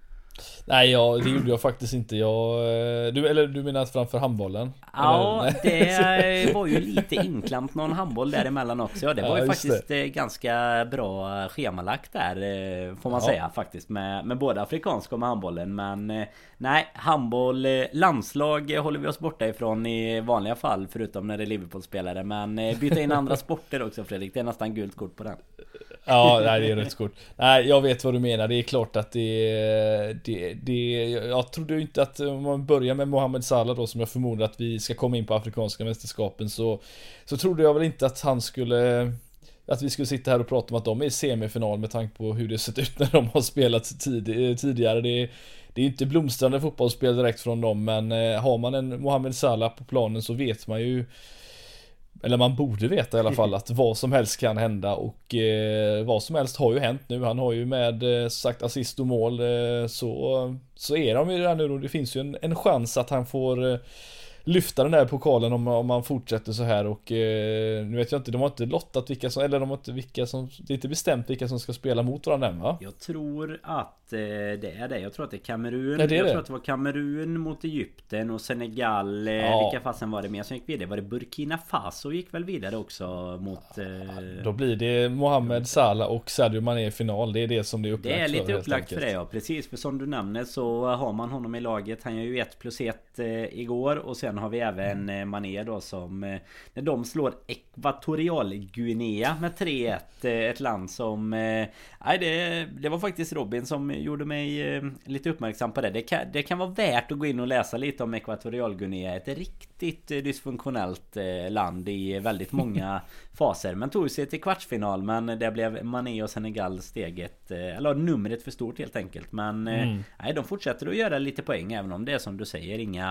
Nej, ja, det gjorde jag faktiskt inte. Jag, du, eller du menar framför handbollen? Ja, det var ju lite inklampt någon handboll däremellan också. Ja, det var ja, ju faktiskt det. ganska bra schemalagt där, får man ja. säga faktiskt. Med, med både afrikanska och med handbollen. Men nej, handboll, landslag håller vi oss borta ifrån i vanliga fall, förutom när det är Liverpool-spelare. Men byta in andra sporter också, Fredrik. Det är nästan gult kort på den. Ja, nej, det är rätt kort. Nej, jag vet vad du menar. Det är klart att det, det, det jag trodde ju inte att om man börjar med Mohamed Salah då, som jag förmodar att vi ska komma in på afrikanska mästerskapen, så, så trodde jag väl inte att han skulle att vi skulle sitta här och prata om att de är i semifinal, med tanke på hur det sett ut när de har spelat tid, tidigare. Det är, det är inte blomstrande fotbollsspel direkt från dem, men har man en Mohamed Salah på planen så vet man ju, eller man borde veta i alla fall, att vad som helst kan hända. Och eh, vad som helst har ju hänt nu. Han har ju med eh, sagt assist och mål, eh, så, så är de ju där nu, och det finns ju en, en chans att han får eh, lyfta den där pokalen om, om man fortsätter så här. Och eh, nu vet jag inte, de har inte lottat vilka som, eller de har inte vilka som, det är inte bestämt vilka som ska spela mot varandra, va? Jag tror att eh, det är det. Jag tror att det är Kamerun. Ja, det är jag det. tror att det var Kamerun mot Egypten och Senegal. Eh, ja. Vilka fasen var det mer som gick vidare? Var det Burkina Faso gick väl vidare också mot... Eh... Då blir det Mohamed Salah och Sadio Mané i final. Det är det som det är upplagt för. Det är lite för, upplagt för det, ja. Precis, för som du nämner så har man honom i laget. Han gör ju ett plus ett eh, igår, och sen sen har vi även eh, Mané då som eh, när de slår Ekvatorialguinea med tre ett, eh, ett land som eh, nej, det, det var faktiskt Robin som gjorde mig eh, lite uppmärksam på det. Det kan, det kan vara värt att gå in och läsa lite om Ekvatorialguinea. Ett riktigt eh, dysfunktionellt eh, land i väldigt många faser, men tog sig till kvartsfinal, men det blev Mané och Senegal steget eh, eller numret för stort helt enkelt. Men eh, mm. nej, de fortsätter att göra lite poäng, även om det är som du säger inga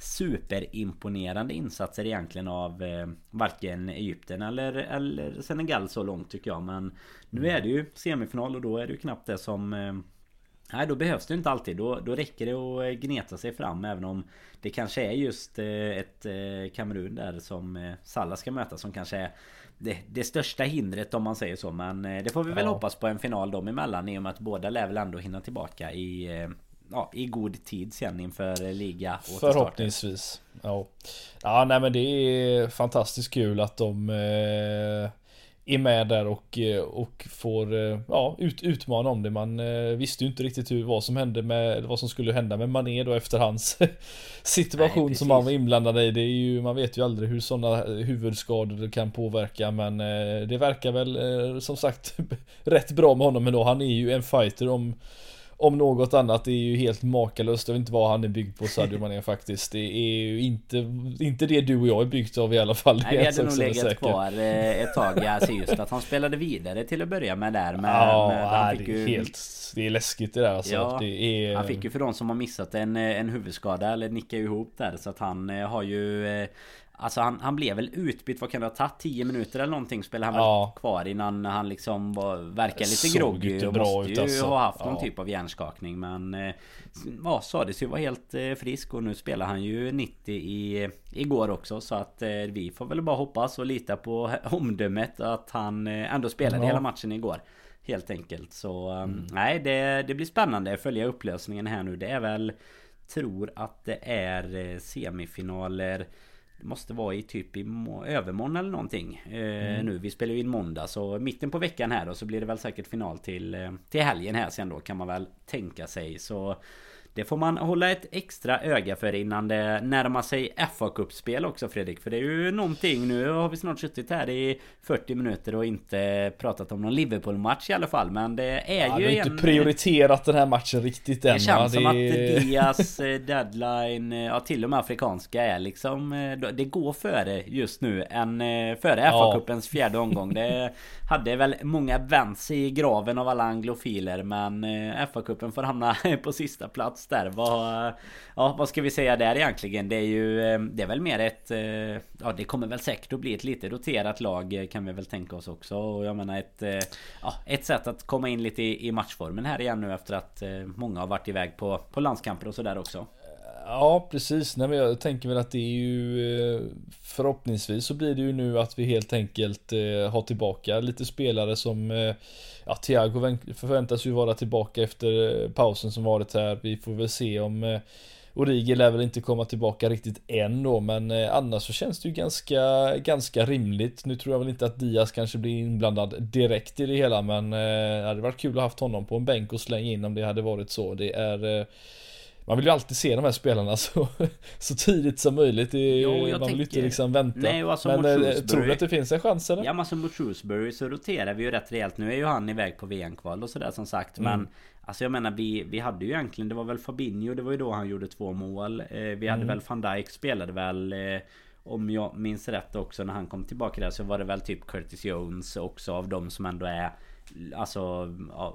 superimponerande insatser egentligen av eh, varken Egypten eller, eller Senegal så långt tycker jag. Men nu är det ju semifinal och då är det ju knappt det som eh, nej, då behövs det inte alltid. Då, då räcker det att gneta sig fram, även om det kanske är just eh, ett eh, Kamerun där som eh, Salah ska möta som kanske är det, det största hindret om man säger så. Men eh, det får vi väl ja. hoppas på en final dem emellan, i och med att båda lär väl ändå hinna tillbaka i, eh, ja, i god tid sen inför liga. Förhoppningsvis. Ja. Ja, nej men det är fantastiskt kul att de eh... är med där och, och får ja, ut, utmana om det. Man eh, visste ju inte riktigt hur, vad som hände med vad som skulle hända med Mané då efter hans situation. Nej, som han var inblandad i. Det är ju, man vet ju aldrig hur sådana huvudskador kan påverka, men eh, det verkar väl eh, som sagt rätt bra med honom. Men då, han är ju en fighter om Om något annat. Det är ju helt makalöst. Jag vet inte vad han är byggd på, Sadio Mané faktiskt. Det är ju inte, inte det du och jag är byggt av i alla fall. Nej, vi hade nog legat kvar ett tag. Jag ser just att han spelade vidare till att börja med där. Men ja, han fick det är ju... helt det är läskigt det där alltså. Ja, det är... Han fick ju, för de som har missat en, en huvudskada eller nickar ihop där, så att han har ju... Alltså han, han blev väl utbytt, vad kan det ha tagit? tio minuter eller någonting spelade han ja. väl kvar innan han liksom var, verkar lite groggy och måste ju alltså. ha haft någon ja. typ av hjärnskakning. Men ja, sades ju vara helt frisk och nu spelar han ju nittio i, igår också. Så att vi får väl bara hoppas och lita på omdömet att han ändå spelade ja. hela matchen igår. Helt enkelt. Så mm. nej, det, det blir spännande att följa upplösningen här nu. Det är väl, tror att det är semifinaler. Det måste vara i typ i må- övermorgon eller någonting eh, mm. nu. Vi spelar ju in måndag, så mitten på veckan här då, så blir det väl säkert final till, eh, till helgen här sen då, kan man väl tänka sig. Så det får man hålla ett extra öga för innan det närmar sig F A-cupspel också, Fredrik. För det är ju någonting, nu har vi snart suttit här i fyrtio minuter och inte pratat om någon Liverpool-match i alla fall. Men det är ja, ju en... inte prioriterat den här matchen riktigt än. Det känns det... som att Dias deadline, ja, till och med afrikanska, är liksom, det går före just nu än före F A-cupens fjärde omgång. Det hade väl många vänt sig i graven av alla anglofiler, men F A-cupen får hamna på sista plats där. Vad, ja, vad ska vi säga där egentligen? Det är ju, det är väl mer ett, ja, det kommer väl säkert att bli ett lite roterat lag, kan vi väl tänka oss också. Och jag menar ett, ja, ett sätt att komma in lite i, i matchformen här igen nu efter att många har varit iväg på, på landskamper och sådär också. Ja, precis. Nej, men jag tänker väl att det är ju, förhoppningsvis så blir det ju nu att vi helt enkelt eh, har tillbaka lite spelare som eh, ja, Thiago förväntas ju vara tillbaka efter pausen som varit här. Vi får väl se om eh, Origi lär väl inte komma tillbaka riktigt än då, men eh, annars så känns det ju ganska, ganska rimligt. Nu tror jag väl inte att Diaz kanske blir inblandad direkt i det hela, men eh, det hade varit kul att ha haft honom på en bänk och slänga in om det hade varit så. Det är... Eh, Man vill ju alltid se de här spelarna så, så tidigt som möjligt. Det, jo, man vill tänker, inte liksom vänta. Nej, alltså men äh, tror du att det finns en chans eller? Ja, men som mot Shrewsbury så roterar vi ju rätt rejält. Nu är ju han iväg på V M-kval och sådär som sagt. Mm. Men alltså jag menar, vi, vi hade ju egentligen, det var väl Fabinho, det var ju då han gjorde två mål. Eh, vi hade mm. väl Van Dijk spelade väl... Eh, om jag minns rätt också, när han kom tillbaka där så var det väl typ Curtis Jones också, av dem som ändå är... Alltså... Ja,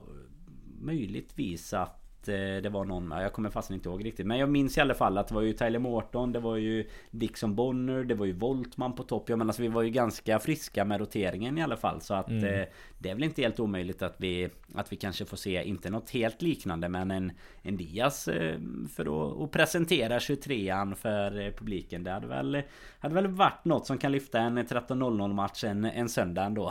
möjligtvis att det var någon, jag kommer fast inte ihåg riktigt, men jag minns i alla fall att det var ju Tyler Morton, det var ju Dixon Bonner, det var ju Voltman på topp. Jag menar, alltså, vi var ju ganska friska med roteringen i alla fall, så att mm. eh, det är väl inte helt omöjligt att vi att vi kanske får se, inte något helt liknande, men en, en Diaz eh, för att, att presentera tjugotrean för eh, publiken. Det hade väl, hade väl varit något som kan lyfta en tretton noll noll match en, en söndag ändå.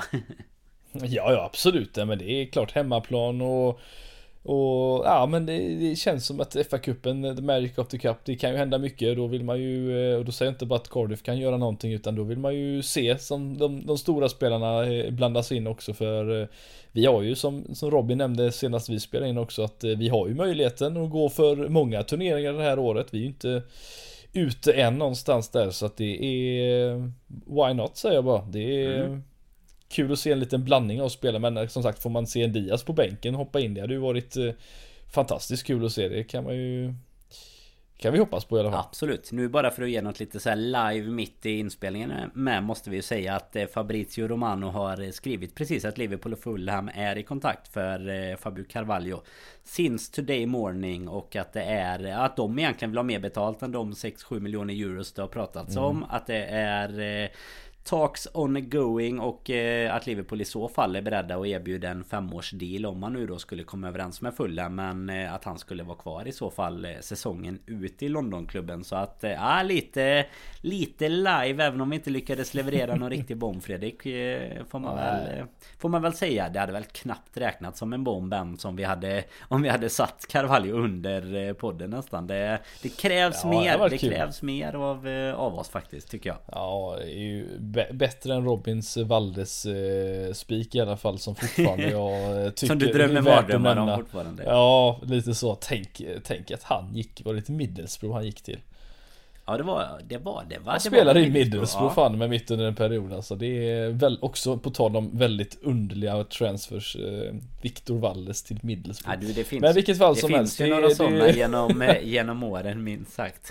ja, ja, absolut, men det är klart hemmaplan och Och ja, men det, det känns som att F A-cupen, The Magic of the Cup, det kan ju hända mycket. Då vill man ju, och då säger jag inte bara att Cardiff kan göra någonting, utan då vill man ju se som de, de stora spelarna blandas in också. För vi har ju, som, som Robin nämnde senast vi spelade in också, att vi har ju möjligheten att gå för många turneringar det här året. Vi är ju inte ute än någonstans där, så att det är why not, säger jag bara. Det är mm. kul att se en liten blandning av spelare, men som sagt, får man se en Diaz på bänken hoppa in, det hade ju varit eh, fantastiskt kul att se. Det kan man ju kan vi hoppas på i alla fall. Absolut. Nu bara för att ge något lite så här live mitt i inspelningen med, måste vi ju säga att eh, Fabrizio Romano har skrivit precis att Liverpool och Fulham är i kontakt för eh, Fabio Carvalho since today morning, och att det är att de egentligen vill ha mer betalt än de sex sju miljoner euros det har pratats mm. om, att det är eh, talks ongoing, och eh, att Liverpool i så fall är beredda att erbjuda en femårsdeal om man nu då skulle komma överens med Fulham, men eh, att han skulle vara kvar i så fall eh, säsongen ut i Londonklubben. Så att ja, eh, lite lite live, även om vi inte lyckades leverera någon riktig bomb, Fredrik, eh, får man väl eh, får man väl säga. Det hade väl knappt räknat som en bomb än som vi hade om vi hade satt Carvalho under eh, podden nästan. Det, det krävs ja, mer, det, det kul. krävs mer av eh, av oss faktiskt, tycker jag. Ja, det är ju bättre än Robins Valdes eh, spik i alla fall, som fortfarande jag tycker som du drömmer mardrömmar om fortfarande. Ja, lite så. Tänk, tänk att han gick, var det till Middlesbrough han gick till? Ja, det var det var det var. Han det spelade var i Middlesbrough, ja. Fan med mitt under en period, alltså det är väl också på tal om väldigt underliga transfers, eh, Victor Valdes till Middlesbrough. Ja, du, det finns, men vilket fall det som finns helst, ju det, några det, sådana det... genom genom åren, minst sagt.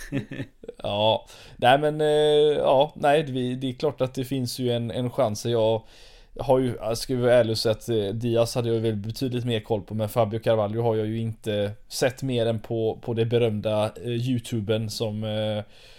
Ja, nej men eh, ja, nej det, det är klart att det finns ju en, en chans. Jag har ju, jag ska vara ärlig och säga att eh, Diaz hade jag väl betydligt mer koll på, men Fabio Carvalho har jag ju inte sett mer än på, på det berömda eh, YouTuben som eh,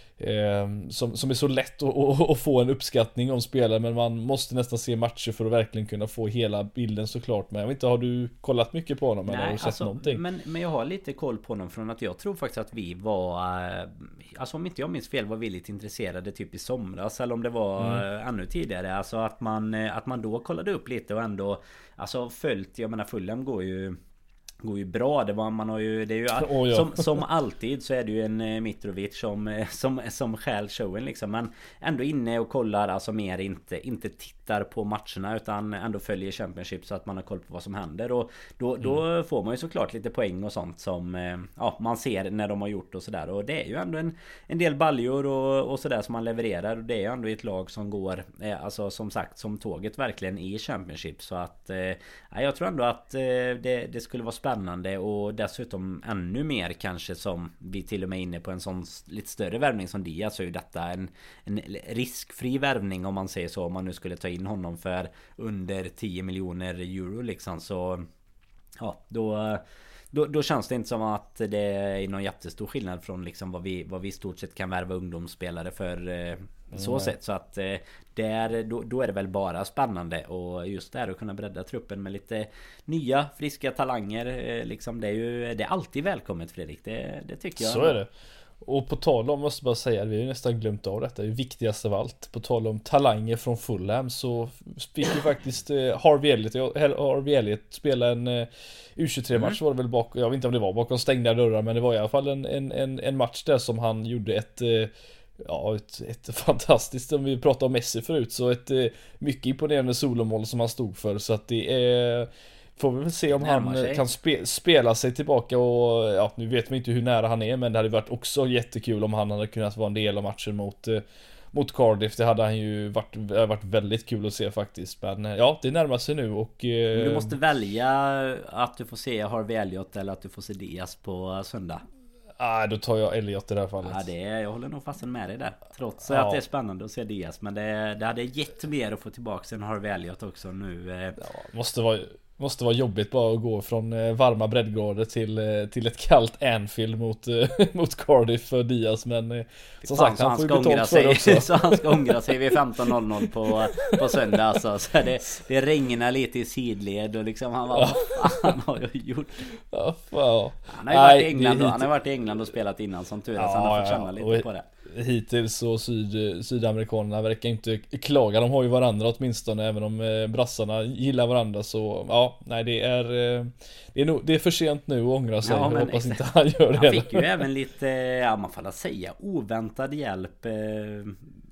Eh, som, som är så lätt att, att, att få en uppskattning om spelare, men man måste nästan se matcher för att verkligen kunna få hela bilden, såklart. Men jag vet inte, har du kollat mycket på honom? Nej, eller har du sett alltså, någonting? Men, men jag har lite koll på honom från att jag tror faktiskt att vi var, alltså om inte jag minns fel, var vi lite intresserade typ i somras, eller om det var mm. ännu tidigare. Alltså att man, att man då kollade upp lite och ändå alltså följt, jag menar Fulham går ju går ju bra. Det var, man har ju, det är ju oh, ja. som, som alltid så är det ju en Mitrovic som, som, som stjäl showen liksom. Men ändå inne och kollar, alltså mer inte, inte tittar på matcherna utan ändå följer Championship så att man har koll på vad som händer. Och då, mm. då får man ju såklart lite poäng och sånt som ja, man ser när de har gjort och sådär. Och det är ju ändå en, en del baljor och, och sådär som man levererar. Och det är ju ändå ett lag som går, alltså som sagt, som tåget verkligen i Championship. Så att ja, jag tror ändå att det, det skulle vara spännande, och dessutom ännu mer kanske som vi till och med är inne på en sån lite större värvning som Diaz, så är ju detta en, en riskfri värvning om man säger så, om man nu skulle ta in honom för under tio miljoner euro liksom, så ja, då Då, då känns det inte som att det är någon jättestor skillnad från liksom vad vi, vad vi i stort sett kan värva ungdomsspelare för eh, så mm. sätt. Så att eh, där, då, då är det väl bara spännande. Och just det här att kunna bredda truppen med lite nya, friska talanger. Eh, liksom det är ju det är alltid välkommet, Fredrik. Det, det tycker jag. Så är det. Och på tal om, måste bara säga, vi har ju nästan glömt av detta, det är viktigast av allt. På tal om talanger från Fulham, så fick ju faktiskt eh, Harvey Elliott, Harvey Elliott spela en eh, U tjugotre-match mm. var det väl bakom, jag vet inte om det var bakom stängda dörrar, men det var i alla fall en, en, en, en match där som han gjorde ett eh, ja, ett, ett fantastiskt, om vi pratade om Messi förut, så ett eh, mycket imponerande solomål som han stod för, så att det är får vi väl se om han kan spe, spela sig tillbaka. Och ja, nu vet vi inte hur nära han är, men det hade varit också jättekul om han hade kunnat vara en del av matchen mot, eh, mot Cardiff. Det hade han ju varit, varit väldigt kul att se faktiskt. Men ja, det närmar sig nu och eh, du måste välja att du får se Harvey Elliott eller att du får se Diaz på söndag. Ah, då tar jag Elliott i det här fallet. Ja, det är, jag håller nog fast med dig där. Trots ja. att det är spännande att se Diaz, men det, det hade gett mer att få tillbaka en Harvey Elliott också nu. Ja, måste vara Måste vara jobbigt bara att gå från varma breddgrader till, till ett kallt Anfield mot, mot Cardiff för Diaz. Men som sagt, han, han får ju betalt för det också. Så han ska ångra sig vid femton noll noll på, på söndag alltså. Så det, det regnar lite i sidled och liksom han var, vad fan har jag gjort? Ja, wow. Han har ju varit i England och, han har varit i England och spelat innan som tur, ja, så han har fått känna ja, lite på det. Hittills så syd, sydamerikanerna verkar inte klaga. De har ju varandra åtminstone, även om brassarna gillar varandra. Så ja, nej, det är Det är, nog, det är för sent nu att ångra sig. Ja, jag hoppas exakt. Inte han gör det. Han fick ju även lite, ja man får säga, oväntad hjälp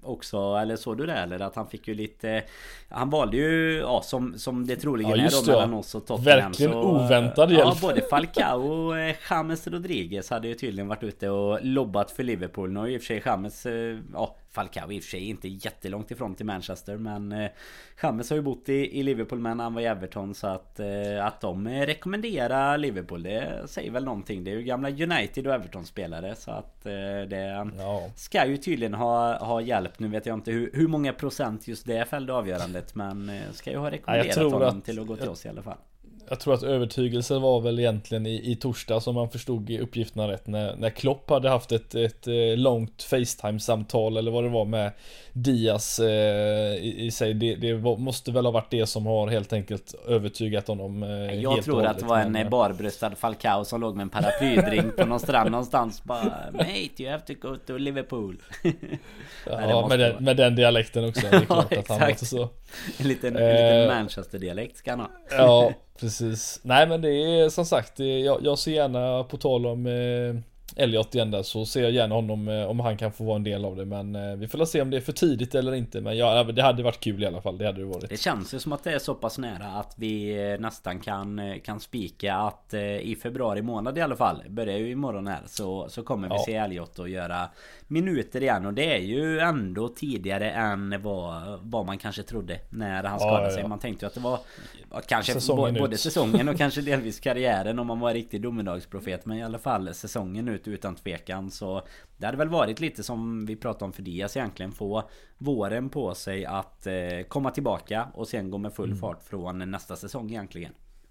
också, eller såg du det eller? Att han fick ju lite... Han valde ju, ja, som, som det troligen Ja, är just då det, mellan ja. oss och Tottenham. Verkligen så, oväntad ja, hjälp. både Falcao och eh, James Rodriguez hade ju tydligen varit ute och lobbat för Liverpool. Nu har ju i och för sig James, eh, ja, Falcao i och för sig inte jättelångt ifrån till Manchester, men eh, James har ju bott i, i Liverpool, men han var i Everton, så att, eh, att de rekommenderar Liverpool, det säger väl någonting. Det är ju gamla United och Everton-spelare, så att eh, det Ja. ska ju tydligen ha, ha hjälp. Nu vet jag inte hur, hur många procent just det fällde avgörandet, men eh, ska ju ha rekommenderat tror honom att- till att gå till oss i alla fall. Jag tror att övertygelsen var väl egentligen i, i torsdag, som man förstod i uppgifterna rätt, när, när Klopp hade haft ett, ett eh, långt FaceTime-samtal eller vad det var med Diaz eh, i, i sig. Det, det var, måste väl ha varit det som har helt enkelt övertygat honom eh, Jag helt tror och att det hållet, var en men, eh, eh, barbröstad Falcao som låg med en paraplydrink på någon strand någonstans. Bara, mate, you have to go to Liverpool. Nej, det Ja, måste med vara. den, med den dialekten också. Det är klart Ja, att han exakt. låter så. En liten, en Eh, liten Manchester-dialekt ska han ha. Ja, precis. Nej, men det är som sagt, det är, jag, jag ser gärna, på tal om eh, Elliot igen där, så ser jag gärna honom eh, om han kan få vara en del av det. Men eh, vi får se om det är för tidigt eller inte. Men ja, det hade varit kul i alla fall. Det hade det varit. Det känns ju som att det är så pass nära att vi eh, nästan kan, eh, kan spika att eh, i februari månad i alla fall, börjar ju imorgon här, så, så kommer vi Ja. se Elliot och göra minuter igen. Och det är ju ändå tidigare än vad, vad man kanske trodde när han skadade Ja, ja. sig. Man tänkte ju att det var ja, kanske Säsongen bo- både ut. säsongen och kanske delvis karriären om man var riktig domedagsprofet. Men i alla fall säsongen ut utan tvekan. Så det hade väl varit lite som vi pratade om för Diaz egentligen. Få våren på sig att eh, komma tillbaka och sen gå med full Mm. fart från nästa säsong egentligen.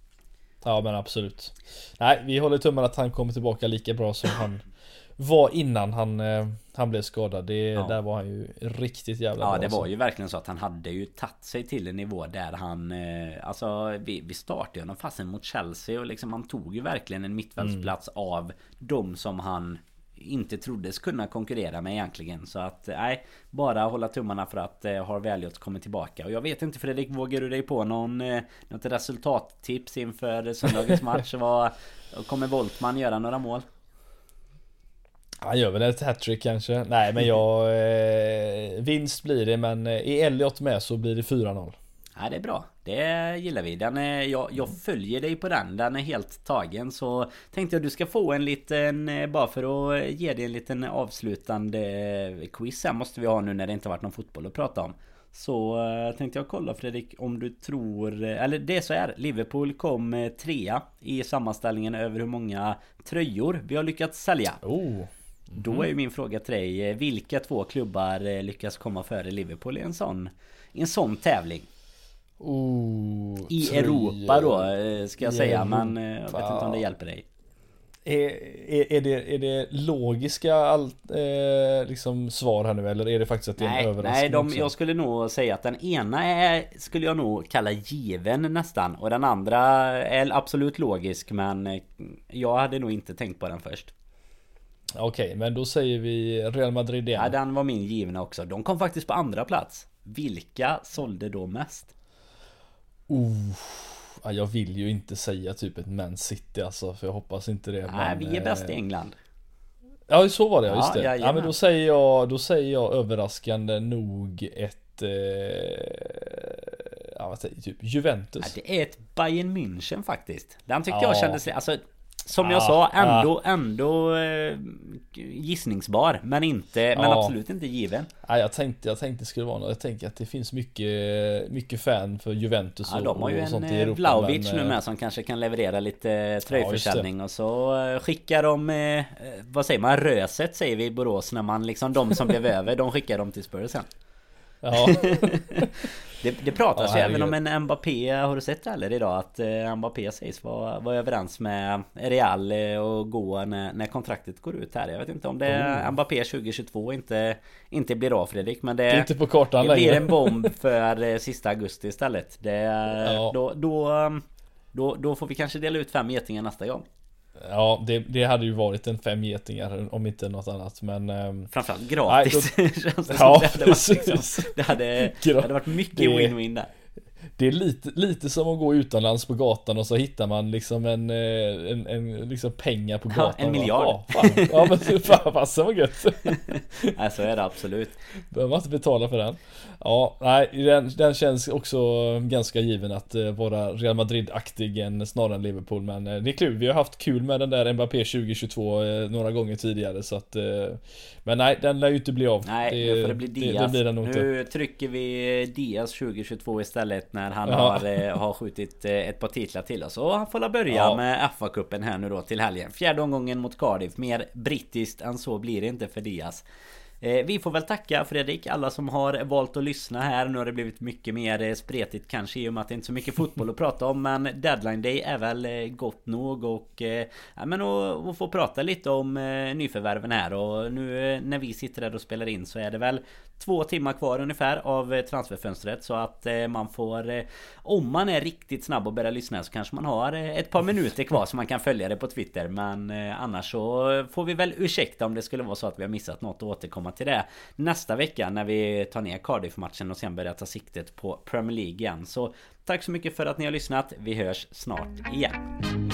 Ja, men absolut. Nej, vi håller tummarna att han kommer tillbaka lika bra som han var innan han, eh, han blev skadad. Det, Ja. Där var han ju riktigt jävla Ja, bra. det var alltså. ju verkligen så att han hade ju tagit sig till en nivå där han eh, alltså vi, vi startade honom fasen mot Chelsea och liksom han tog ju verkligen en mittfältsplats Mm. av de som han inte troddes kunna konkurrera med egentligen. Så att nej, bara hålla tummarna för att eh, Harvey Elliott kommer tillbaka. Och jag vet inte, Fredrik, vågar du dig på någon eh, något resultattips inför söndagens match? Vad, kommer Voltman göra några mål? Han gör väl ett hattrick kanske. Nej, men jag eh, vinst blir det, men eh, är Elliot med så blir det fyra noll. Ja, det är bra. Det gillar vi. Den är, jag, jag följer dig på den. Den är helt tagen. Så tänkte jag du ska få en liten, bara för att ge dig en liten avslutande quiz här måste vi ha nu när det inte varit någon fotboll att prata om. Så uh, tänkte jag kolla, Fredrik, om du tror, eller det är så här, Liverpool kom uh, trea i sammanställningen över hur många tröjor vi har lyckats sälja. Oh. Då är ju min fråga till dig, uh, vilka två klubbar uh, lyckas komma före Liverpool i en sån, i en sån tävling? Oh, I tröjor. Europa då eh, ska jag I säga, Europa. men eh, jag vet inte om det hjälper dig. Är, är, är, det, är det logiska allt, eh, liksom svar här nu, eller är det faktiskt att det är en Nej, överraskning nej de, också? jag skulle nog säga att den ena är, skulle jag nog kalla given nästan. Och den andra är absolut logisk, men eh, jag hade nog inte tänkt på den först. Okej, men då säger vi Real Madrid igen. Ja, den var min givna också. De kom faktiskt på andra plats. Vilka sålde då mest? Oh, ja, jag vill ju inte säga typ ett Man City alltså, för jag hoppas inte det. Nej, men, vi är bäst i eh, England. Ja, så var det, ja, just Ja, det. Ja, jajamän. men då säger jag, då säger jag överraskande nog ett eh, ja, vad säger jag, typ Juventus. Ja, det är ett Bayern München faktiskt. Den tyckte Ja. jag kändes, alltså som jag Ah, sa, ändå, ändå eh, gissningsbar. Men inte, men Ja. absolut inte given. Ja, jag tänkte, jag tänkte det skulle vara något. Jag tänker att det finns mycket, mycket fan för Juventus Ja, och, de har ju och sånt en i eh, Europa. Vlahovic men, nu eh, med som kanske kan leverera lite tröjförsäljning. Och så eh, skickar de, eh, vad säger man, röset säger vi i Borås. När man liksom, de som blev över, de skickar dem till Spurs sen. Ja. Det, det pratas Ja, ju herregud. även om en Mbappé. Har du sett det eller idag? Att eh, Mbappé sägs vara, vara överens med Real eh, och gå när, när kontraktet går ut här. Jag vet inte om det är Mbappé tjugohundratjugotvå inte, inte blir av, Fredrik. Men det, Det är inte på kartan det blir längre. en bomb för eh, sista augusti istället. Det, Ja. då, då, då, då får vi kanske dela ut fem getingar nästa gång. Ja, det, det hade ju varit en fem getingar om inte något annat, men ehm, Framförallt gratis. Nej, Känns det Ja, som det, hade varit, liksom, precis. det, hade, det hade varit mycket Det- win-win där. Det är lite, lite som att gå utomlands på gatan och så hittar man liksom en, en, en liksom pengar på gatan. Ja, en miljard. Ja, fan. Ja, men fan, passa vad gött. Nej, så är det absolut. Behöver man inte betala för den. Ja, nej, den, den känns också ganska given att vara Real Madrid-aktig än snarare än Liverpool. Men det är kul, vi har haft kul med den där Mbappé tjugo tjugotvå några gånger tidigare. Så att, men nej, den lär ju inte bli av. Nej, det, nu får det bli Diaz. Det, det blir den nog nu inte. trycker vi Diaz tjugo tjugotvå istället när han Ja. har, har skjutit ett par titlar till oss. Och han får la börja Ja. med F A-cupen här nu då till helgen. Fjärde omgången mot Cardiff. Mer brittiskt än så blir det inte för Diaz. Vi får väl tacka Fredrik, alla som har valt att lyssna här. Nu har det blivit mycket mer spretigt kanske i och med att det inte är så mycket fotboll att prata om. Men Deadline Day är väl gott nog och ja, men att, att få prata lite om nyförvärven här. Och nu när vi sitter där och spelar in så är det väl två timmar kvar ungefär av transferfönstret. Så att man får, om man är riktigt snabb och börjar lyssna så kanske man har ett par minuter kvar så man kan följa det på Twitter. Men annars så får vi väl ursäkta om det skulle vara så att vi har missat något och återkomma till det nästa vecka när vi tar ner Cardiff-matchen och sen börjar ta siktet på Premier League igen. Så tack så mycket för att ni har lyssnat. Vi hörs snart igen.